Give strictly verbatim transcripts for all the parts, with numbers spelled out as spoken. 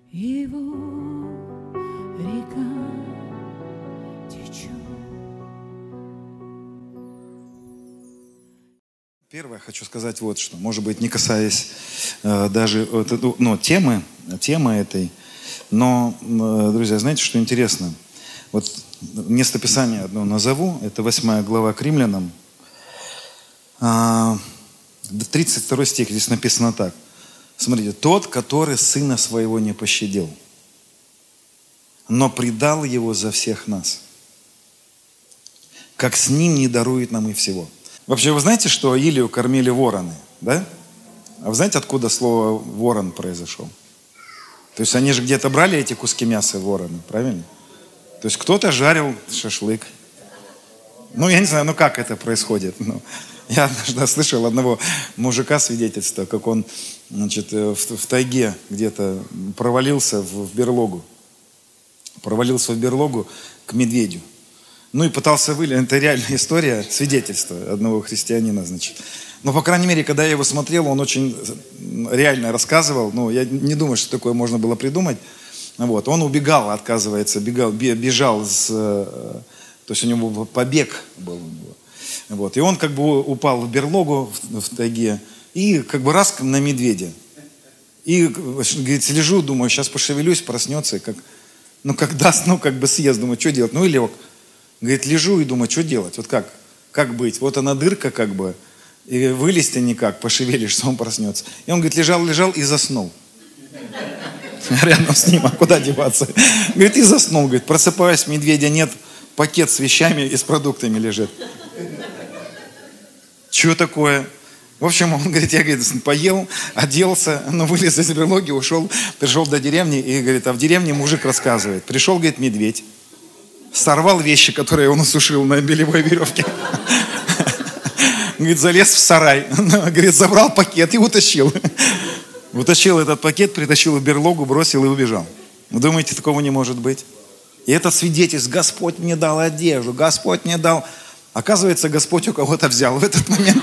Его река течет. Первое, хочу сказать вот что. Может быть, не касаясь э, даже ну, темы, темы этой. Но, э, друзья, знаете, что интересно? Вот местописание одно назову. Это восьмая глава к Римлянам. Э, тридцать второй стих. Здесь написано так. Смотрите. «Тот, который сына своего не пощадил, но предал его за всех нас, как с ним не дарует нам и всего». Вообще, вы знаете, что Илию кормили вороны, да? А вы знаете, откуда слово «ворон» произошло? То есть они же где-то брали эти куски мяса вороны, правильно? То есть кто-то жарил шашлык. Ну, я не знаю, ну как это происходит. Ну, я однажды слышал одного мужика свидетельства, как он, значит, в, в тайге где-то провалился в, в берлогу. Провалился в берлогу к медведю. Ну и пытался вылезть. Это реальная история, свидетельство одного христианина, значит. Но, по крайней мере, когда я его смотрел, он очень реально рассказывал. Ну, я не думаю, что такое можно было придумать. Вот. Он убегал, отказывается, бегал, бежал с... То есть у него побег был. У него. Вот. И он как бы упал в берлогу в, в тайге и как бы раз на медведя. И, говорит, лежу, думаю, сейчас пошевелюсь, проснется. И как, ну, как даст, ну, как бы съест, думаю, что делать? Ну, и лег. Говорит, лежу и думаю, что делать? Вот как? Как быть? Вот она дырка как бы, и вылезти никак, пошевелишься, он проснется. И он, говорит, лежал, лежал и заснул. Рядом с ним, а куда деваться? Говорит, и заснул. Говорит, просыпаюсь, медведя нет, пакет с вещами и с продуктами лежит. Что такое? В общем, он говорит, я, говорит, поел, оделся, ну, вылез из берлоги, ушел, пришел до деревни, и, говорит, а в деревне мужик рассказывает. Пришел, говорит, медведь. Сорвал вещи, которые он усушил на белевой веревке. Говорит, залез в сарай. Говорит, забрал пакет и утащил. Утащил этот пакет, притащил в берлогу, бросил и убежал. Вы думаете, такого не может быть? И это свидетельство. Господь мне дал одежду, Господь мне дал. Оказывается, Господь у кого-то взял в этот момент.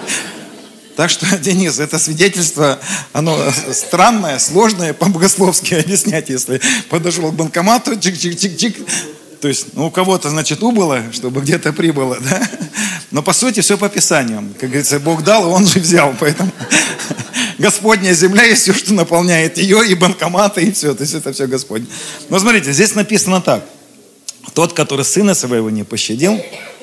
Так что, Денис, это свидетельство, оно странное, сложное, по-богословски объяснять, если подошел к банкомату, чик-чик-чик-чик. То есть, ну, у кого-то, значит, убыло, чтобы где-то прибыло, да? Но, по сути, все по Писанию. Как говорится, Бог дал, и Он же взял. Поэтому Господня земля и все, что наполняет ее, и банкоматы, и все. То есть, это все Господь. Но, смотрите, здесь написано так. Тот, который сына своего не пощадил,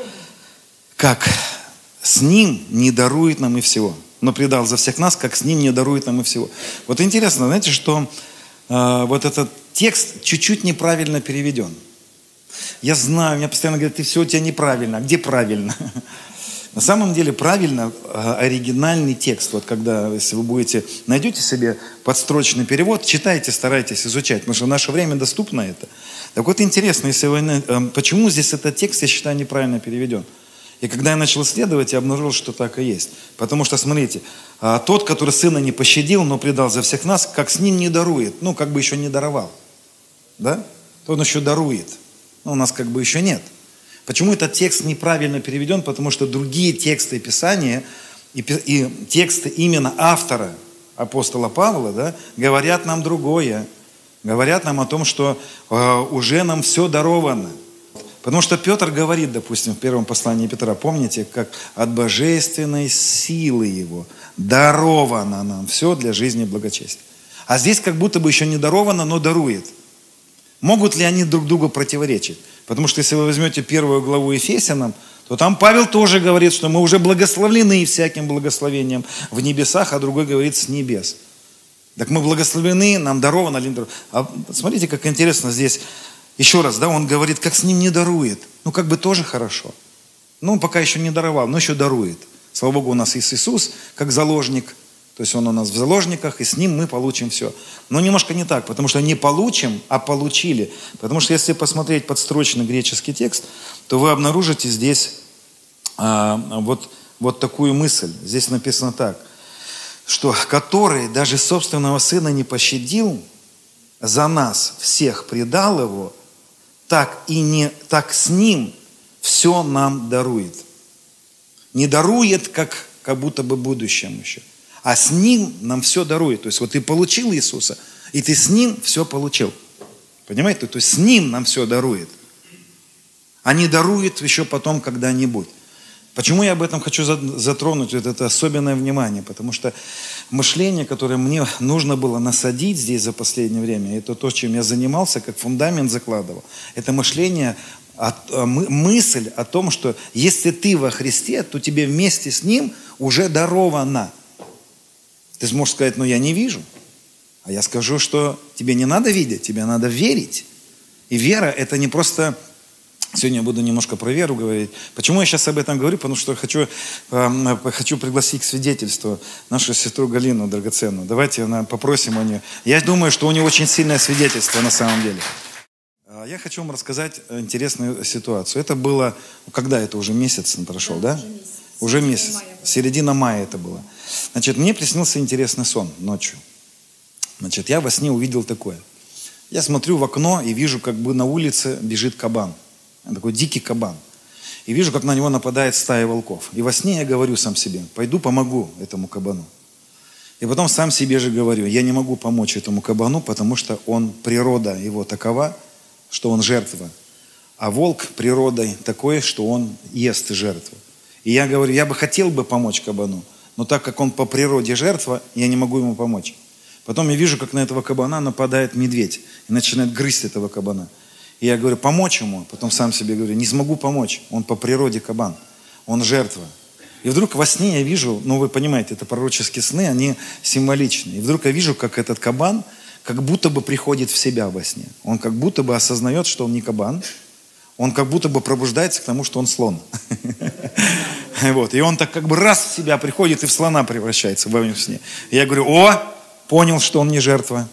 как с ним не дарует нам и всего. Но предал за всех нас, как с ним не дарует нам и всего. Вот интересно, знаете, что э, вот этот текст чуть-чуть неправильно переведен. Я знаю, меня постоянно говорят, ты все у тебя неправильно. А где правильно? На самом деле правильно оригинальный текст. Вот когда, если вы будете, найдете себе подстрочный перевод, читайте, старайтесь изучать, потому что в наше время доступно это. Так вот интересно, если вы, почему здесь этот текст, я считаю, неправильно переведен. И когда я начал исследовать, я обнаружил, что так и есть. Потому что, смотрите, тот, который сына не пощадил, но предал за всех нас, как с ним не дарует. Ну, как бы еще не даровал. Да? То он еще дарует. Но у нас как бы еще нет. Почему этот текст неправильно переведен? Потому что другие тексты Писания и, и тексты именно автора, апостола Павла, да, говорят нам другое. Говорят нам о том, что э, уже нам все даровано. Потому что Петр говорит, допустим, в первом послании Петра, помните, как от божественной силы его даровано нам все для жизни и благочестия. А здесь как будто бы еще не даровано, но дарует. Могут ли они друг другу противоречить? Потому что если вы возьмете первую главу Ефесянам, то там Павел тоже говорит, что мы уже благословлены всяким благословением в небесах, а другой говорит с небес. Так мы благословлены, нам даровано ли не даровано. А смотрите, как интересно здесь. Еще раз, да, он говорит, как с ним не дарует. Ну, как бы тоже хорошо. Ну, он пока еще не даровал, но еще дарует. Слава Богу, у нас есть Иисус, как заложник. То есть он у нас в заложниках, и с ним мы получим все. Но немножко не так, потому что не получим, а получили. Потому что если посмотреть подстрочный греческий текст, то вы обнаружите здесь а, вот, вот такую мысль. Здесь написано так, что который даже собственного сына не пощадил, за нас всех предал его, так и не, так с ним все нам дарует. Не дарует, как, как будто бы будущем еще. А с ним нам все дарует. То есть вот ты получил Иисуса, И ты с Ним все получил. Понимаете? То есть с Ним нам все дарует. А не дарует еще потом когда-нибудь. Почему я об этом хочу затронуть? Вот это особенное внимание. Потому что мышление, которое мне нужно было насадить здесь за последнее время, это то, чем я занимался, как фундамент закладывал. Это мышление, мысль о том, что если ты во Христе, то тебе вместе с Ним уже даровано. Ты сможешь сказать, ну я не вижу. А я скажу, что тебе не надо видеть, тебе надо верить. И вера – это не просто... Сегодня я буду немножко про веру говорить. Почему я сейчас об этом говорю? Потому что хочу, э, хочу пригласить к свидетельству нашу сестру Галину драгоценную. Давайте она, попросим у нее. Я думаю, что у нее очень сильное свидетельство на самом деле. Я хочу вам рассказать интересную ситуацию. Это было, когда это уже месяц прошел, да? Уже месяц. Уже месяц. Середина мая это было. Значит, мне приснился интересный сон ночью. Значит, я во сне увидел такое. Я смотрю в окно и вижу, как бы на улице бежит кабан. Такой дикий кабан. И вижу, как на него нападает стая волков. И во сне я говорю сам себе, пойду помогу этому кабану. И потом сам себе же говорю, я не могу помочь этому кабану, потому что он, природа его такова, что он жертва. А волк природой такой, что он ест жертву. И я говорю, я бы хотел бы помочь кабану, но так как он по природе жертва, я не могу ему помочь. Потом я вижу, как на этого кабана нападает медведь и начинает грызть этого кабана. И я говорю, помочь ему. Потом сам себе говорю, не смогу помочь. Он по природе кабан. Он жертва. И вдруг во сне я вижу, ну вы понимаете, это пророческие сны, они символичны. И вдруг я вижу, как этот кабан как будто бы приходит в себя во сне. Он как будто бы осознает, что он не кабан. Он как будто бы пробуждается к тому, что он слон. И он так как бы раз в себя приходит и в слона превращается во сне. Я говорю, о, понял, что он не жертва.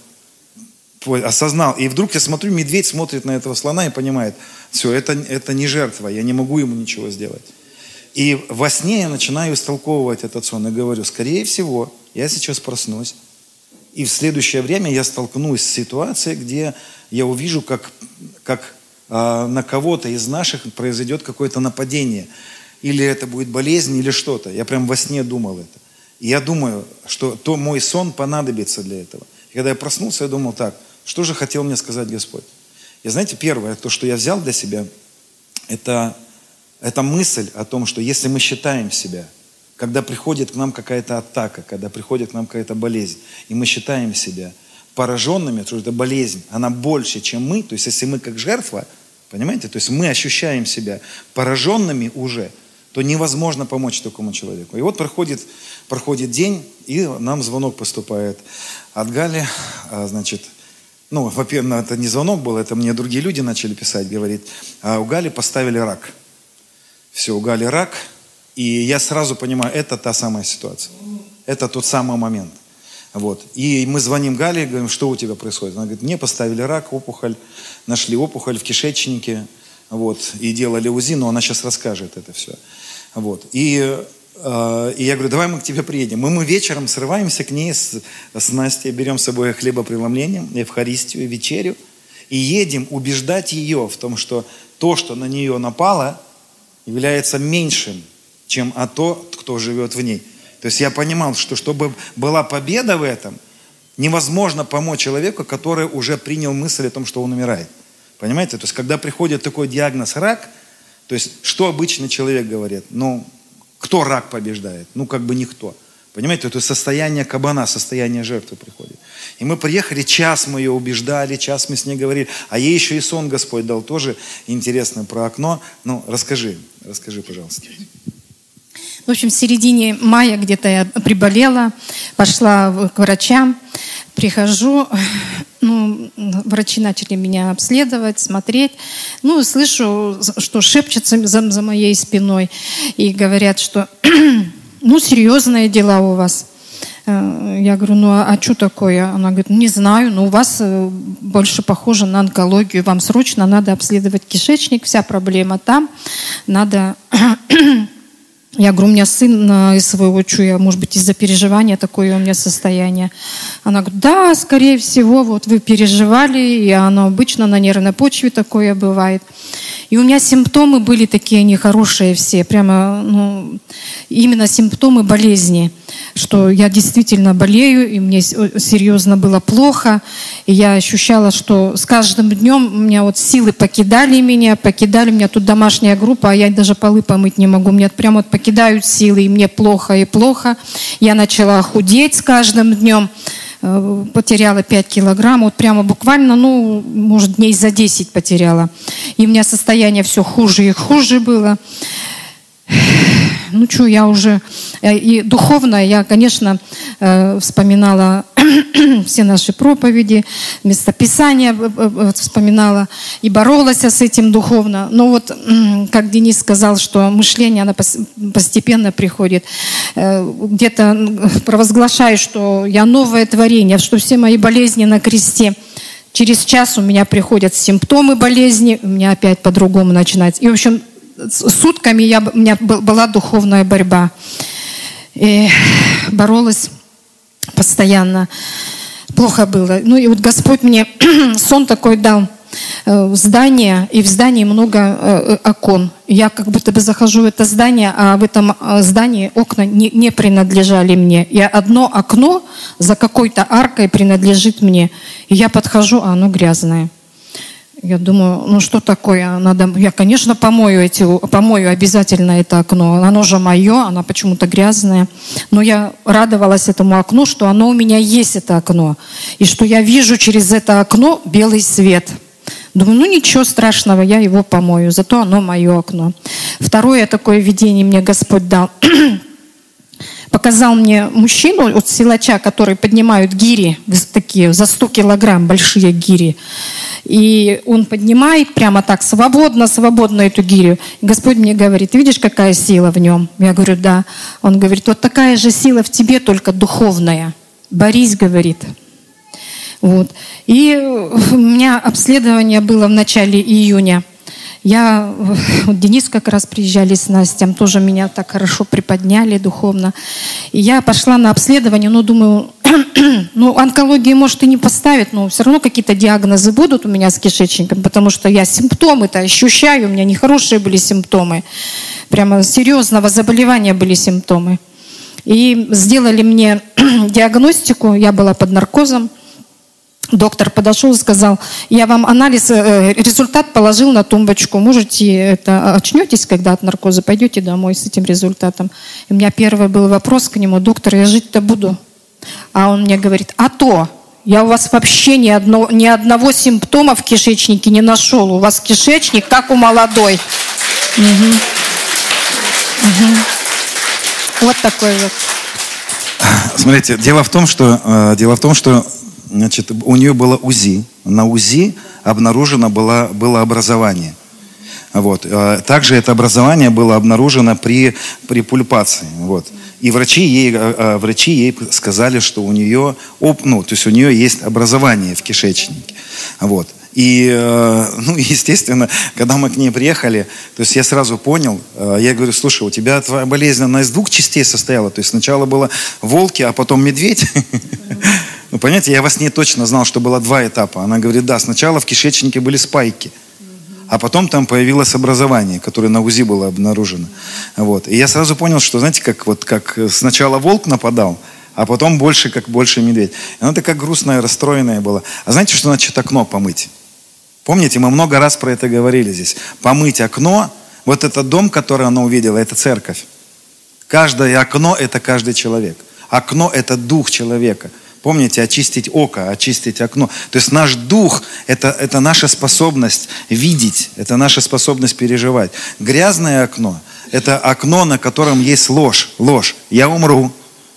Осознал. И вдруг я смотрю, медведь смотрит на этого слона и понимает, все, это, это не жертва, я не могу ему ничего сделать. И во сне я начинаю истолковывать этот сон и говорю, скорее всего, я сейчас проснусь, и в следующее время я столкнусь с ситуацией, где я увижу, как, как э, на кого-то из наших произойдет какое-то нападение. Или это будет болезнь, или что-то. Я прям во сне думал это. И я думаю, что то мой сон понадобится для этого. И когда я проснулся, я думал так, что же хотел мне сказать Господь? И знаете, первое, то, что я взял для себя, это, это мысль о том, что если мы считаем себя, когда приходит к нам какая-то атака, когда приходит к нам какая-то болезнь, и мы считаем себя пораженными, что это болезнь, она больше, чем мы, то есть если мы как жертва, понимаете, то есть мы ощущаем себя пораженными уже, то невозможно помочь такому человеку. И вот проходит, проходит день, и нам звонок поступает от Гали, значит, ну, во-первых, это не звонок был, это мне другие люди начали писать, говорит, а у Гали поставили рак. Все, у Гали рак, и я сразу понимаю, это та самая ситуация. Это тот самый момент. Вот. И мы звоним Гале, говорим, что у тебя происходит? Она говорит, мне поставили рак, опухоль, нашли опухоль в кишечнике, вот, и делали УЗИ, но она сейчас расскажет это все. Вот. И И я говорю, давай мы к тебе приедем. И мы вечером срываемся к ней с, с Настей, берем с собой хлебопреломление, Евхаристию, вечерю, и едем убеждать ее в том, что то, что на нее напало, является меньшим, чем а то, кто живет в ней. То есть я понимал, что чтобы была победа в этом, невозможно помочь человеку, который уже принял мысль о том, что он умирает. Понимаете? То есть когда приходит такой диагноз рак, то есть что обычный человек говорит? Ну, кто рак побеждает? Ну, как бы никто. Понимаете, это состояние кабана, состояние жертвы приходит. И мы приехали, час мы ее убеждали, час мы с ней говорили. А ей еще и сон Господь дал, тоже интересно про окно. Ну, расскажи, расскажи, пожалуйста. В общем, в середине мая где-то я приболела, пошла к врачам, прихожу, ну, врачи начали меня обследовать, смотреть. Ну, слышу, что шепчется за, за моей спиной и говорят, что, ну, серьезные дела у вас. Я говорю, ну, а, а что такое? Она говорит, не знаю, но у вас больше похоже на онкологию. Вам срочно надо обследовать кишечник, вся проблема там. Надо Я говорю, у меня сын на СВО, что я, может быть, из-за переживания такое у меня состояние. Она говорит, да, скорее всего, вот вы переживали, и оно обычно на нервной почве такое бывает. И у меня симптомы были такие нехорошие все, прямо, ну, именно симптомы болезни, что я действительно болею, и мне серьезно было плохо, и я ощущала, что с каждым днем у меня вот силы покидали меня, покидали меня, тут домашняя группа, а я даже полы помыть не могу, мне прямо вот покидают силы, и мне плохо и плохо. Я начала худеть с каждым днем, потеряла пять килограмм, вот прямо буквально, ну, может, дней за десять потеряла. И у меня состояние все хуже и хуже было. Ну что, я уже... И духовно я, конечно, вспоминала все наши проповеди, местописания вспоминала и боролась с этим духовно. Но вот, как Денис сказал, что мышление, оно постепенно приходит. Где-то провозглашаю, что я новое творение, что все мои болезни на кресте. Через час у меня приходят симптомы болезни, у меня опять по-другому начинается. И, в общем, сутками я, у меня была духовная борьба. И боролась постоянно. Плохо было. Ну и вот Господь мне сон такой дал. Здание, и в здании много окон. Я как будто бы захожу в это здание, а в этом здании окна не, не принадлежали мне. И одно окно за какой-то аркой принадлежит мне. И я подхожу, а оно грязное. Я думаю, ну что такое? Надо, я, конечно, помою, эти, помою обязательно это окно. Оно же мое, оно почему-то грязное. Но я радовалась этому окну, что оно у меня есть, это окно. И что я вижу через это окно белый свет. Думаю, ну ничего страшного, я его помою. Зато оно мое окно. Второе такое видение мне Господь дал. Показал мне мужчину, вот силача, который поднимают гири, такие за сто килограмм, большие гири. И он поднимает прямо так, свободно, свободно эту гирю. И Господь мне говорит, видишь, какая сила в нем? Я говорю, да. Он говорит, вот такая же сила в тебе, только духовная. Борись, говорит. Вот. И у меня обследование было в начале июня. Я, вот Денис как раз приезжали с Настей, тоже меня так хорошо приподняли духовно. И я пошла на обследование, но думаю, ну онкологии может и не поставят, но все равно какие-то диагнозы будут у меня с кишечником, потому что я симптомы-то ощущаю, у меня нехорошие были симптомы, прямо серьезного заболевания были симптомы. И сделали мне диагностику, я была под наркозом. Доктор подошел и сказал, я вам анализ, результат положил на тумбочку. Можете это, очнетесь, когда от наркоза, пойдете домой с этим результатом. И у меня первый был вопрос к нему, доктор, я жить-то буду? А он мне говорит, а то, я у вас вообще ни, одно, ни одного симптома в кишечнике не нашел. У вас кишечник, как у молодой. Угу. Угу. Вот такой вот. Смотрите, дело в том, что, э, дело в том, что значит, у нее было УЗИ. На УЗИ обнаружено было, было образование. Вот. Также это образование было обнаружено при, при пульпации. Вот. И врачи ей, врачи ей сказали, что у нее, ну, то есть у нее есть образование в кишечнике. Вот. И, ну, естественно, когда мы к ней приехали, то есть я сразу понял, я говорю, слушай, у тебя твоя болезнь, она из двух частей состояла. То есть сначала было волки, а потом медведь. Ну, понимаете, я во сне точно знал, что было два этапа. Она говорит, да, сначала в кишечнике были спайки, а потом там появилось образование, которое на УЗИ было обнаружено. Вот. И я сразу понял, что, знаете, как, вот, как сначала волк нападал, а потом больше, как больше медведь. И она такая грустная, расстроенная была. А знаете, что значит окно помыть? Помните, мы много раз про это говорили здесь. Помыть окно, вот этот дом, который она увидела, это церковь. Каждое окно – это каждый человек. Окно – это дух человека. Помните, очистить око, очистить окно. То есть наш дух это, – это наша способность видеть, это наша способность переживать. Грязное окно – это окно, на котором есть ложь. Ложь. Я умру.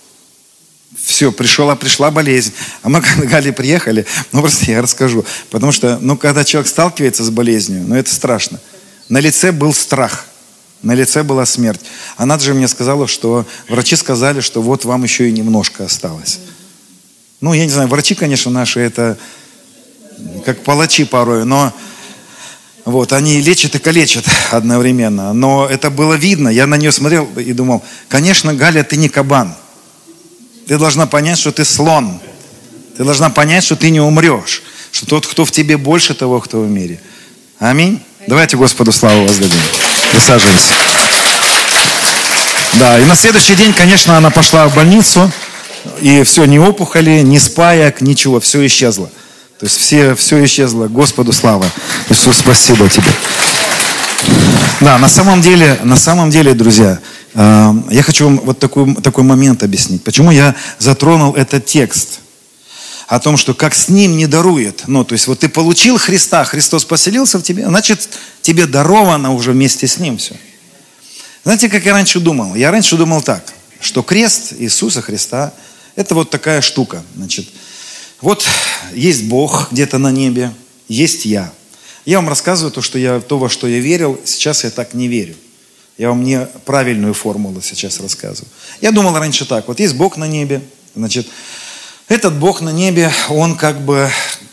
Все, пришла, пришла болезнь. А мы, когда Гали приехали, ну просто я расскажу. Потому что, ну, когда человек сталкивается с болезнью, ну это страшно. На лице был страх. На лице была смерть. Она же мне сказала, что врачи сказали, что вот вам еще и немножко осталось. Ну, я не знаю, врачи, конечно, наши, это как палачи порой, но Вот, они лечат и калечат одновременно. Но это было видно. Я на нее смотрел и думал, конечно, Галя, ты не кабан. Ты должна понять, что ты слон. Ты должна понять, что ты не умрешь. Что тот, кто в тебе, больше того, кто в мире. Аминь. Давайте Господу славу воздадим. Присаживайся. Да, и на следующий день, конечно, она пошла в больницу. И все, ни опухоли, ни спаек, ничего, все исчезло. То есть все, все исчезло. Господу слава. Иисус, спасибо тебе. Да, на самом деле, на самом деле, друзья, э, я хочу вам вот такой, такой момент объяснить. Почему я затронул этот текст? О том, что как с ним не дарует. Ну, то есть вот ты получил Христа, Христос поселился в тебе, значит, тебе даровано уже вместе с ним все. Знаете, как я раньше думал? Я раньше думал так, что крест Иисуса Христа – это вот такая штука. Значит, вот есть Бог где-то на небе, есть я. Я вам рассказываю то, что я, то, во что я верил, сейчас я так не верю. Я вам не правильную формулу сейчас рассказываю. Я думал раньше так, вот есть Бог на небе, значит, этот Бог на небе, Он как бы,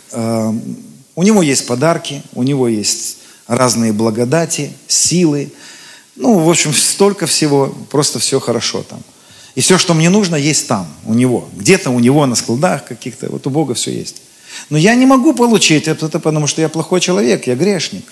э, у Него есть подарки, у Него есть разные благодати, силы, ну, в общем, столько всего, просто все хорошо там. И все, что мне нужно, есть там, у Него. Где-то у Него на складах каких-то, вот у Бога все есть. Но я не могу получить это, потому что я плохой человек, я грешник.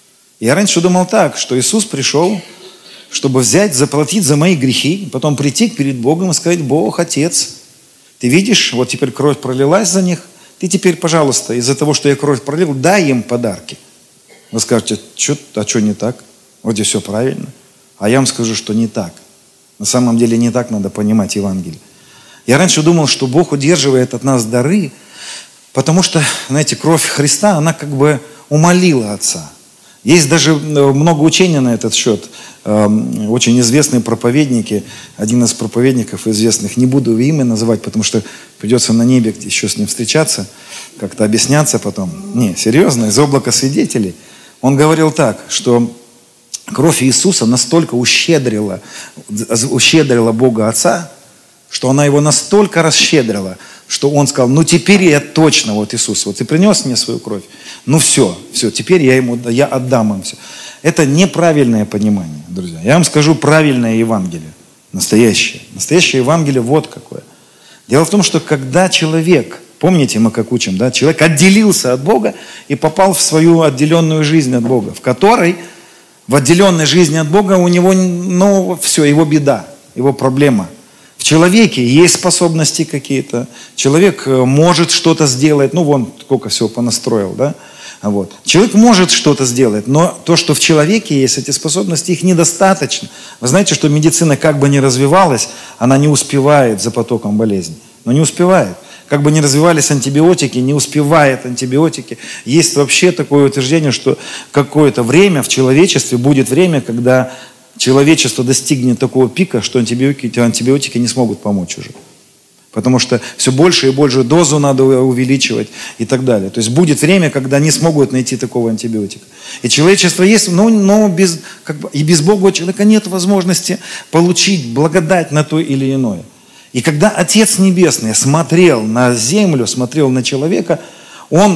Я раньше думал так, что Иисус пришел, чтобы взять, заплатить за мои грехи, потом прийти перед Богом и сказать: Бог, Отец, ты видишь, вот теперь кровь пролилась за них, ты теперь, пожалуйста, из-за того, что я кровь пролил, дай им подарки. Вы скажете, что, а что не так? Вроде все правильно. А я вам скажу, что не так. На самом деле не так надо понимать Евангелие. Я раньше думал, что Бог удерживает от нас дары, потому что, знаете, кровь Христа, она как бы умолила Отца. Есть даже много учений на этот счет. Очень известные проповедники, один из проповедников известных, не буду имя называть, потому что придется на небе еще с ним встречаться, как-то объясняться потом. Не, серьезно, из облака свидетелей. Он говорил так, что кровь Иисуса настолько ущедрила, ущедрила Бога Отца, что она его настолько расщедрила, что он сказал: ну теперь я точно, вот Иисус, вот ты принес мне свою кровь, ну все, все, теперь я ему, я отдам им все. Это неправильное понимание, друзья. Я вам скажу правильное Евангелие, настоящее. Настоящее Евангелие вот какое. Дело в том, что когда человек, помните, мы как учим, да, человек отделился от Бога и попал в свою отделенную жизнь от Бога, в которой, в отделенной жизни от Бога у него, ну все, его беда, его проблема. В человеке есть способности какие-то, человек может что-то сделать, ну вон сколько всего понастроил, да. Вот. Человек может что-то сделать, но то, что в человеке есть эти способности, их недостаточно. Вы знаете, что медицина как бы ни развивалась, она не успевает за потоком болезней. Но не успевает. Как бы ни развивались антибиотики, не успевает антибиотики. Есть вообще такое утверждение, что какое-то время в человечестве будет время, когда человечество достигнет такого пика, что антибиотики, антибиотики не смогут помочь уже. Потому что все больше и больше дозу надо увеличивать и так далее. То есть будет время, когда не смогут найти такого антибиотика. И человечество есть, но, но без, как бы, и без Бога у человека нет возможности получить благодать на то или иное. И когда Отец Небесный смотрел на землю, смотрел на человека, Он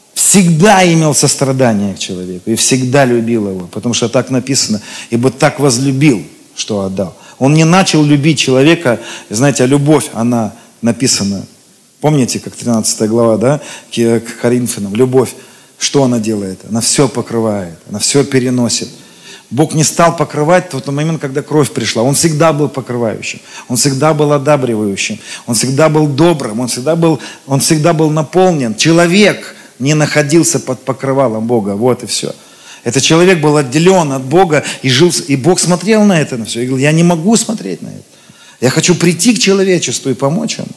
всегда имел сострадание к человеку и всегда любил его. Потому что так написано: ибо так возлюбил, что отдал. Он не начал любить человека, знаете, а любовь, она написана. Помните, как тринадцатая глава, да, к Коринфянам, любовь, что она делает? Она все покрывает, она все переносит. Бог не стал покрывать в тот момент, когда кровь пришла. Он всегда был покрывающим, Он всегда был одабривающим, Он всегда был добрым, Он всегда был, он всегда был наполнен. Человек не находился под покрывалом Бога, вот и все. Этот человек был отделен от Бога и жил, и Бог смотрел на это на все. И говорил: я не могу смотреть на это. Я хочу прийти к человечеству и помочь ему.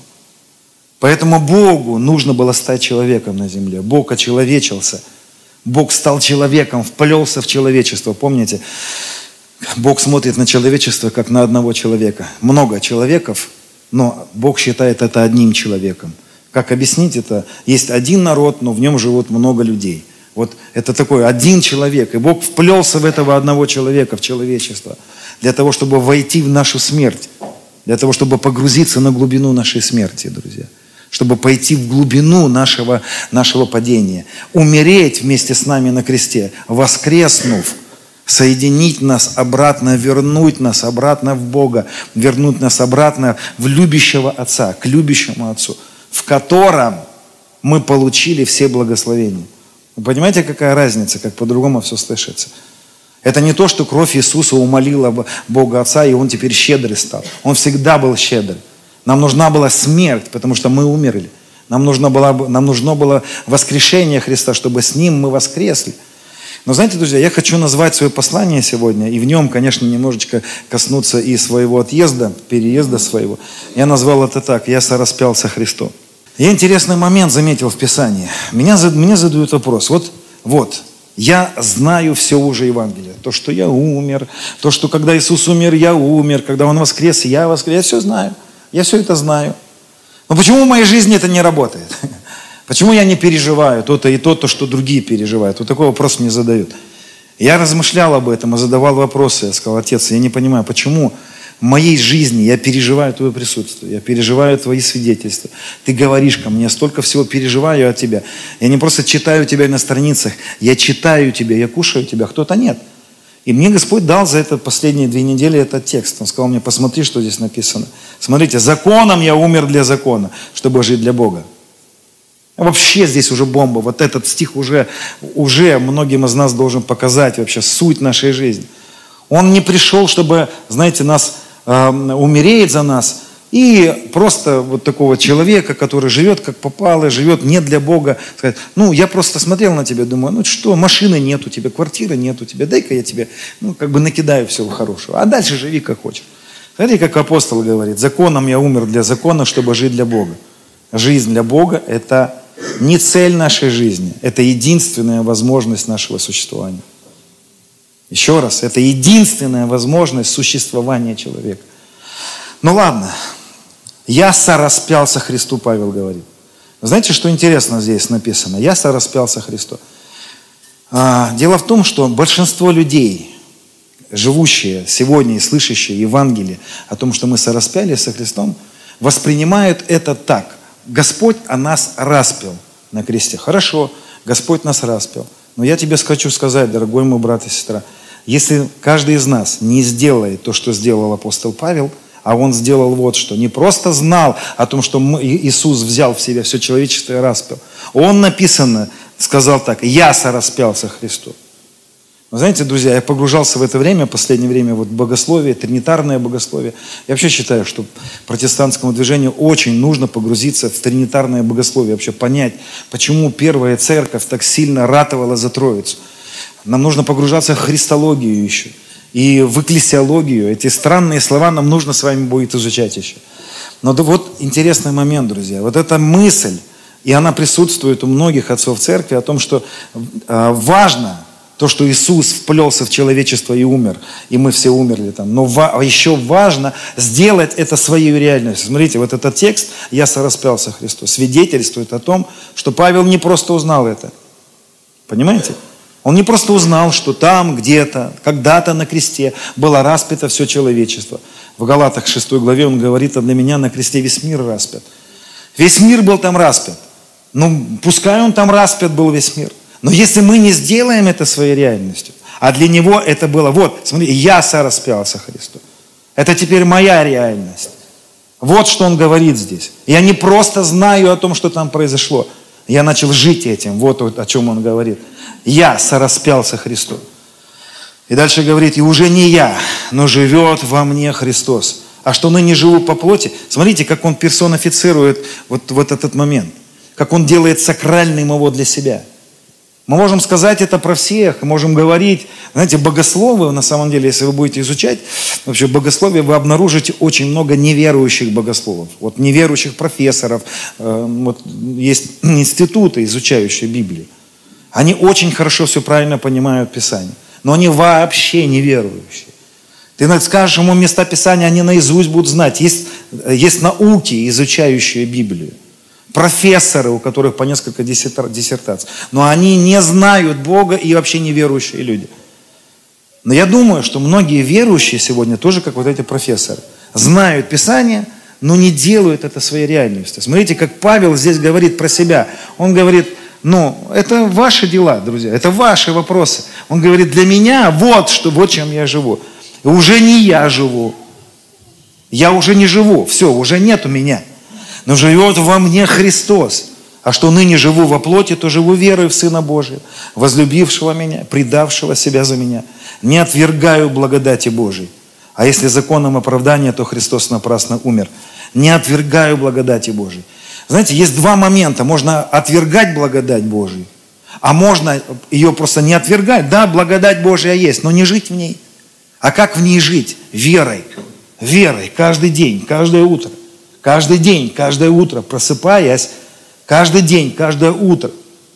Поэтому Богу нужно было стать человеком на земле. Бог очеловечился. Бог стал человеком, вплелся в человечество. Помните, Бог смотрит на человечество как на одного человека. Много человеков, но Бог считает это одним человеком. Как объяснить это? Есть один народ, но в нем живут много людей. Вот это такой один человек. И Бог вплелся в этого одного человека, в человечество, для того, чтобы войти в нашу смерть, для того, чтобы погрузиться на глубину нашей смерти, друзья. чтобы пойти в глубину нашего, нашего падения, умереть вместе с нами на кресте, воскреснув, соединить нас обратно, вернуть нас обратно в Бога, вернуть нас обратно в любящего Отца, к любящему Отцу, в котором мы получили все благословения. Вы понимаете, какая разница, как по-другому все слышится? Это не то, что кровь Иисуса умолила Бога Отца, и Он теперь щедрый стал. Он всегда был щедрый. Нам нужна была смерть, потому что мы умерли. Нам нужно было, нам нужно было воскрешение Христа, чтобы с Ним мы воскресли. Но знаете, друзья, я хочу назвать свое послание сегодня, и в нем, конечно, немножечко коснуться и своего отъезда, переезда своего. Я назвал это так: «Я сораспялся Христу». Я интересный момент заметил в Писании. Меня, мне задают вопрос. Вот, вот, я знаю все уже Евангелие. То, что я умер, то, что когда Иисус умер, я умер, когда Он воскрес, я воскрес. Я все знаю. Я все это знаю. Но почему в моей жизни это не работает? Почему я не переживаю то-то и то-то, что другие переживают? Вот такой вопрос мне задают. Я размышлял об этом и задавал вопросы. Я сказал: Отец, я не понимаю, почему в моей жизни я переживаю Твое присутствие, я переживаю Твои свидетельства. Ты говоришь ко мне, столько всего переживаю от Тебя. Я не просто читаю Тебя на страницах, я читаю Тебя, я кушаю Тебя, кто-то нет. И мне Господь дал за это последние две недели этот текст. Он сказал мне: посмотри, что здесь написано. Смотрите, законом я умер для закона, чтобы жить для Бога. Вообще здесь уже бомба. Вот этот стих уже, уже многим из нас должен показать вообще суть нашей жизни. Он не пришел, чтобы, знаете, нас э, умереть за нас. И просто вот такого человека, который живет как попало, живет не для Бога, сказать: ну, я просто смотрел на тебя, думаю, ну что, машины нет у тебя, квартиры нет у тебя, дай-ка я тебе, ну, как бы накидаю всего хорошего. А дальше живи как хочешь. Смотрите, как апостол говорит: законом я умер для закона, чтобы жить для Бога. Жизнь для Бога – это не цель нашей жизни, это единственная возможность нашего существования. Еще раз, это единственная возможность существования человека. Ну ладно, я сораспялся Христу, Павел говорит. Знаете, что интересно здесь написано? Я сораспялся Христу. А, дело в том, что большинство людей, живущие сегодня и слышащие Евангелие о том, что мы сораспялись со Христом, воспринимают это так: Господь о нас распял на кресте. Хорошо, Господь нас распял. Но я тебе хочу сказать, дорогой мой брат и сестра, если каждый из нас не сделает то, что сделал апостол Павел, а он сделал вот что: не просто знал о том, что мы, Иисус взял в себя все человечество и распял. Он, написано, сказал так: «Я сораспялся Христу». Вы знаете, друзья, я погружался в это время, в последнее время, вот в богословие, тринитарное богословие. Я вообще считаю, что протестантскому движению очень нужно погрузиться в тринитарное богословие, вообще понять, почему первая церковь так сильно ратовала за Троицу. Нам нужно погружаться в христологию еще и в экклесиологию. Эти странные слова нам нужно с вами будет изучать еще. Но да, вот интересный момент, друзья. Вот эта мысль, и она присутствует у многих отцов церкви, о том, что э, важно то, что Иисус вплелся в человечество и умер, и мы все умерли там. Но ва- еще важно сделать это своей реальностью. Смотрите, вот этот текст «Я сораспялся Христу» свидетельствует о том, что Павел не просто узнал это. Понимаете? Он не просто узнал, что там, где-то, когда-то на кресте было распято все человечество. В Галатах шестой главе он говорит: «А для меня на кресте весь мир распят». Весь мир был там распят. Ну, пускай он там распят был, весь мир. Но если мы не сделаем это своей реальностью, а для него это было, вот, смотри, я сораспялся Христу. Это теперь моя реальность. Вот что он говорит здесь. Я не просто знаю о том, что там произошло. Я начал жить этим. Вот о чем он говорит. Я сораспялся Христу. И дальше говорит: и уже не я, но живет во мне Христос. А что ныне живу по плоти? Смотрите, как он персонифицирует вот, вот этот момент. Как он делает сакральным его для себя. Мы можем сказать это про всех, можем говорить. Знаете, богословы, на самом деле, если вы будете изучать вообще богословие, вы обнаружите очень много неверующих богословов. Вот неверующих профессоров. Э, вот есть институты, изучающие Библию. Они очень хорошо все правильно понимают Писание. Но они вообще неверующие. Ты скажешь ему места Писания, они наизусть будут знать. Есть, есть науки, изучающие Библию. Профессоры, у которых по несколько диссертаций. Но они не знают Бога и вообще неверующие люди. Но я думаю, что многие верующие сегодня тоже, как вот эти профессоры, знают Писание, но не делают это своей реальностью. Смотрите, как Павел здесь говорит про себя. Он говорит, ну, это ваши дела, друзья, это ваши вопросы. Он говорит, для меня вот, что, вот чем я живу. И уже не я живу. Я уже не живу. Все, уже нет у меня. Но живет во мне Христос. А что ныне живу во плоти, то живу верой в Сына Божия, возлюбившего меня, предавшего себя за меня. Не отвергаю благодати Божией. А если законом оправдания, то Христос напрасно умер. Не отвергаю благодати Божией. Знаете, есть два момента. Можно отвергать благодать Божию, а можно ее просто не отвергать. Да, благодать Божия есть, но не жить в ней. А как в ней жить? Верой. Верой. Каждый день, каждое утро. Каждый день, каждое утро, просыпаясь, каждый день, каждое утро.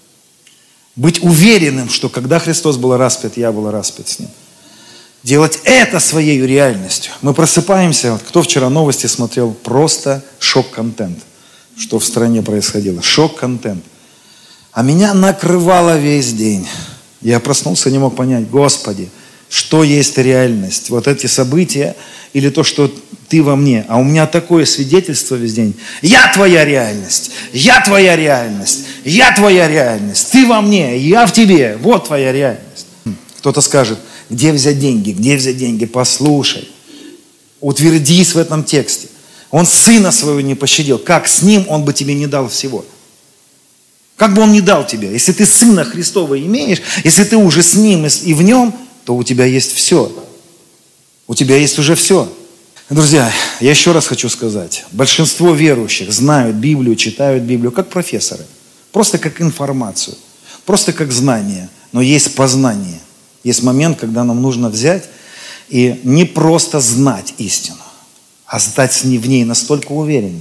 Быть уверенным, что когда Христос был распят, я был распят с Ним. Делать это своей реальностью. Мы просыпаемся, вот кто вчера новости смотрел, просто шок-контент. Что в стране происходило. Шок-контент. А меня накрывало весь день. Я проснулся, не мог понять, Господи, что есть реальность? Вот эти события или то, что Ты во мне? А у меня такое свидетельство весь день. Я Твоя реальность. Я Твоя реальность. Я Твоя реальность. Ты во мне, я в Тебе. Вот Твоя реальность. Кто-то скажет, где взять деньги? Где взять деньги? Послушай. Утвердись в этом тексте. Он Сына Своего не пощадил. Как с Ним Он бы тебе не дал всего? Как бы Он не дал тебе? Если ты Сына Христова имеешь, если ты уже с Ним и в Нем, то у тебя есть все. У тебя есть уже все. Друзья, я еще раз хочу сказать. Большинство верующих знают Библию, читают Библию как профессоры. Просто как информацию. Просто как знание. Но есть познание. Есть момент, когда нам нужно взять и не просто знать истину, а стать в ней настолько уверенным.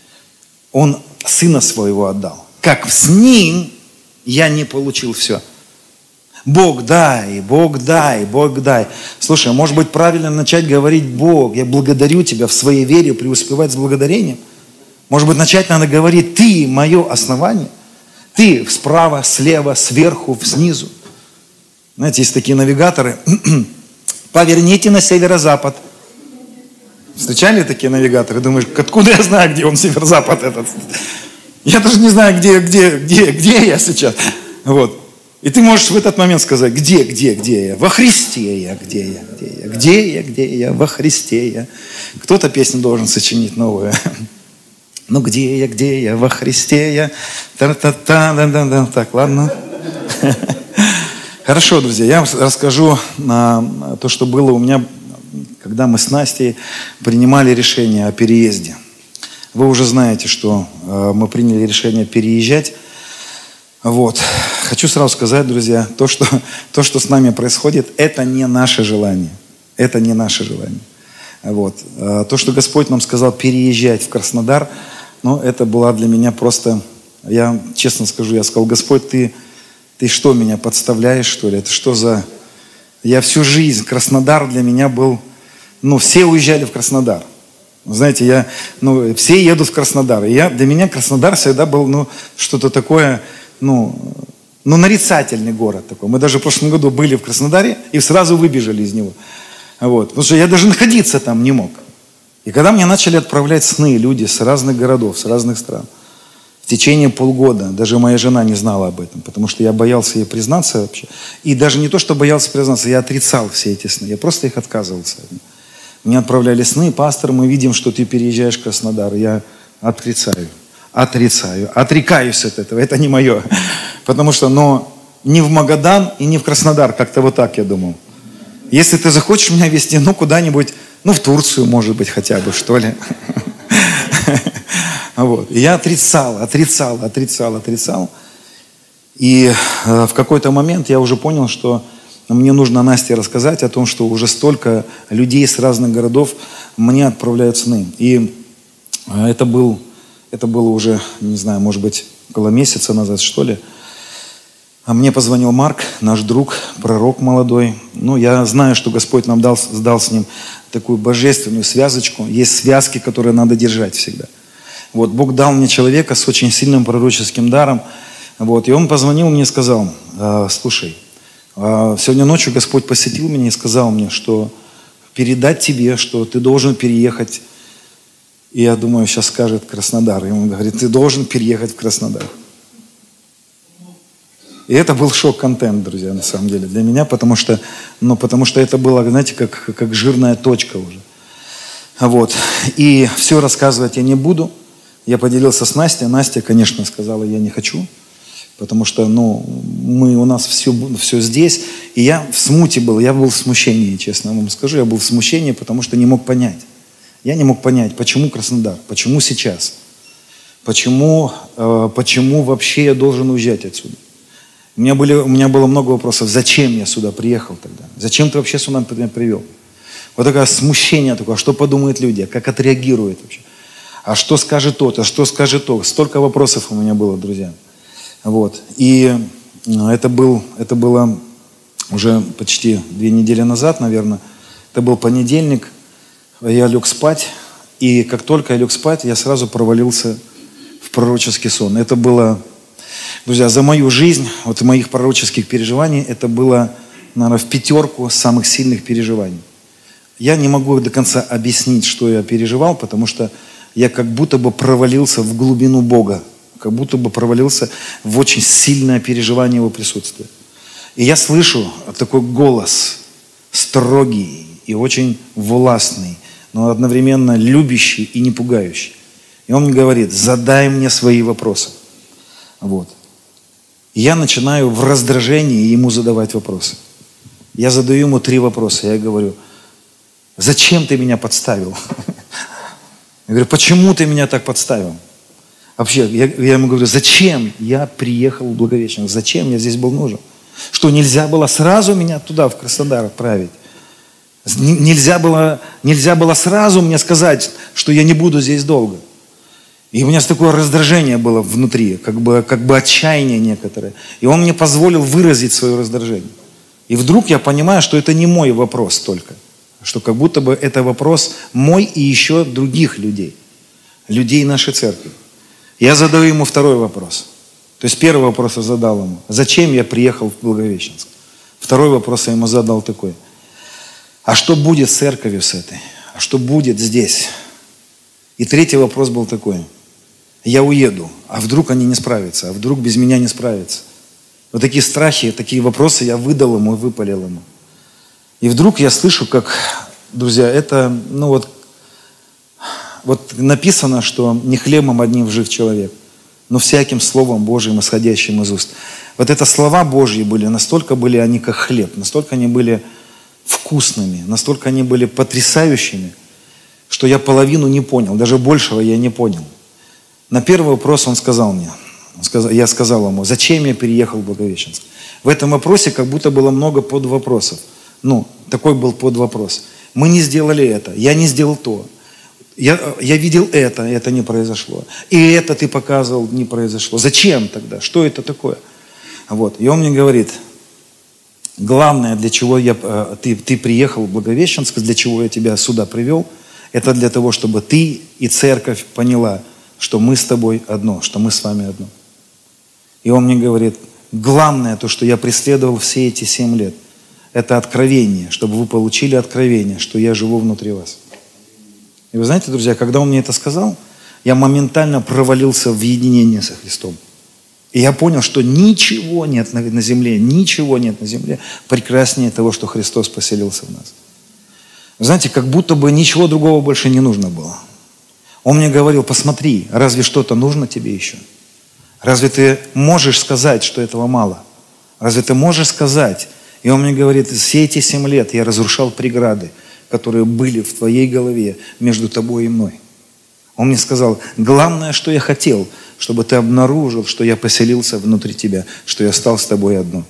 Он Сына Своего отдал. Как с Ним я не получил все. Бог дай, Бог дай, Бог дай. Слушай, может быть, правильно начать говорить, Бог, я благодарю Тебя в своей вере, преуспевать с благодарением. Может быть, начать надо говорить, Ты мое основание. Ты справа, слева, сверху, снизу. Знаете, есть такие навигаторы. Поверните на северо-запад. Встречали такие навигаторы? Думаешь, откуда я знаю, где он северо-запад этот? Я даже не знаю, где, где, где, где я сейчас. Вот. И ты можешь в этот момент сказать, где, где, где я? Во Христе я, где я, где я? Где я, где я? Во Христе я. Кто-то песню должен сочинить новую. Ну где я, где я? Во Христе я. Та-та-та-да-да-да. Так, ладно. Хорошо, друзья, я вам расскажу а, то, что было у меня, когда мы с Настей принимали решение о переезде. Вы уже знаете, что а, мы приняли решение переезжать. Вот. Хочу сразу сказать, друзья, то что, то, что с нами происходит, это не наше желание. Это не наше желание. Вот. А, то, что Господь нам сказал переезжать в Краснодар, ну, это была для меня просто, я честно скажу, я сказал, Господь, ты... Ты что, меня подставляешь, что ли? Это что за... Я всю жизнь, Краснодар для меня был... Ну, все уезжали в Краснодар. Знаете, я... Ну, все едут в Краснодар. И я, для меня Краснодар всегда был, ну, что-то такое, ну, ну, нарицательный город такой. Мы даже в прошлом году были в Краснодаре и сразу выбежали из него. Вот. Потому что я даже находиться там не мог. И когда мне начали отправлять сны люди с разных городов, с разных стран, в течение полгода, даже моя жена не знала об этом, потому что я боялся ей признаться вообще. И даже не то, что боялся признаться, я отрицал все эти сны, я просто их отказывался. Мне отправляли сны, пастор, мы видим, что ты переезжаешь в Краснодар. Я отрицаю, отрицаю, отрекаюсь от этого, это не мое. Потому что, но не в Магадан и не в Краснодар, как-то вот так я думал. Если ты захочешь меня везти, ну куда-нибудь, ну в Турцию, может быть, хотя бы, что ли. Вот. И я отрицал, отрицал, отрицал, отрицал. И э, в какой-то момент я уже понял, что мне нужно Насте рассказать о том, что уже столько людей с разных городов мне отправляют сны. И э, это, был, это было уже, не знаю, может быть, около месяца назад, что ли. А мне позвонил Марк, наш друг, пророк молодой. Ну, я знаю, что Господь нам дал, дал с ним такую божественную связочку. Есть связки, которые надо держать всегда. Вот, Бог дал мне человека с очень сильным пророческим даром. Вот, и он позвонил мне и сказал, слушай, сегодня ночью Господь посетил меня и сказал мне, что передать тебе, что ты должен переехать И я думаю, сейчас скажет Краснодар. И он говорит, ты должен переехать в Краснодар. И это был шок-контент, друзья, на самом деле, для меня, потому что, ну, потому что это было, знаете, как, как жирная точка уже. Вот. И все рассказывать я не буду. Я поделился с Настей. Настя, конечно, сказала, я не хочу, потому что, ну, мы, у нас все, все здесь. И я в смуте был, я был в смущении, честно вам скажу. Я был в смущении, потому что не мог понять. Я не мог понять, почему Краснодар, почему сейчас, почему, э, почему вообще я должен уезжать отсюда. У меня, были, у меня было много вопросов, зачем я сюда приехал тогда? Зачем ты вообще сюда меня привел? Вот такое смущение такое, что подумают люди, как отреагируют вообще. А что скажет тот, а что скажет тот? Столько вопросов у меня было, друзья. Вот. И это, был, это было уже почти две недели назад, наверное. Это был понедельник. Я лег спать, и как только я лег спать, я сразу провалился в пророческий сон. Это было... Друзья, за мою жизнь, вот моих пророческих переживаний, это было, наверное, в пятерку самых сильных переживаний. Я не могу до конца объяснить, что я переживал, потому что я как будто бы провалился в глубину Бога, как будто бы провалился в очень сильное переживание Его присутствия. И я слышу такой голос, строгий и очень властный, но одновременно любящий и не пугающий. И он мне говорит, задай мне свои вопросы. Вот. Я начинаю в раздражении ему задавать вопросы. Я задаю ему три вопроса. Я говорю, зачем ты меня подставил? Я говорю, почему ты меня так подставил? Вообще, я, я ему говорю, зачем я приехал в Благовещенск? Зачем я здесь был нужен? Что, нельзя было сразу меня туда, в Краснодар, отправить? Нельзя было, нельзя было сразу мне сказать, что я не буду здесь долго? И у меня такое раздражение было внутри, как бы, как бы отчаяние некоторое. И он мне позволил выразить свое раздражение. И вдруг я понимаю, что это не мой вопрос только. Что как будто бы это вопрос мой и еще других людей. Людей нашей церкви. Я задаю ему второй вопрос. То есть первый вопрос я задал ему. Зачем я приехал в Благовещенск? Второй вопрос я ему задал такой. А что будет с церковью с этой? А что будет здесь? И третий вопрос был такой. Я уеду, а вдруг они не справятся, а вдруг без меня не справятся. Вот такие страхи, такие вопросы я выдал ему и выпалил ему. И вдруг я слышу, как, друзья, это, ну вот, вот написано, что не хлебом одним жив человек, но всяким словом Божьим, исходящим из уст. Вот это слова Божьи были, настолько были они как хлеб, настолько они были вкусными, настолько они были потрясающими, что я половину не понял, даже большего я не понял. На первый вопрос он сказал мне, он сказал, я сказал ему, зачем я переехал в Благовещенск? В этом вопросе как будто было много подвопросов. Ну, такой был подвопрос. Мы не сделали это, я не сделал то. Я, я видел это, это не произошло. И это ты показывал, не произошло. Зачем тогда? Что это такое? Вот. И он мне говорит, главное, для чего я, ты, ты приехал в Благовещенск, для чего я тебя сюда привел, это для того, чтобы ты и церковь поняла, что мы с тобой одно, что мы с вами одно. И он мне говорит, главное то, что я преследовал все эти семь лет, это откровение, чтобы вы получили откровение, что я живу внутри вас. И вы знаете, друзья, когда он мне это сказал, я моментально провалился в единение со Христом. И я понял, что ничего нет на, на земле, ничего нет на земле прекраснее того, что Христос поселился в нас. Знаете, как будто бы ничего другого больше не нужно было. Он мне говорил, посмотри, разве что-то нужно тебе еще? Разве ты можешь сказать, что этого мало? Разве ты можешь сказать? И он мне говорит, все эти семь лет я разрушал преграды, которые были в твоей голове между тобой и мной. Он мне сказал, главное, что я хотел, чтобы ты обнаружил, что я поселился внутри тебя, что я стал с тобой одно.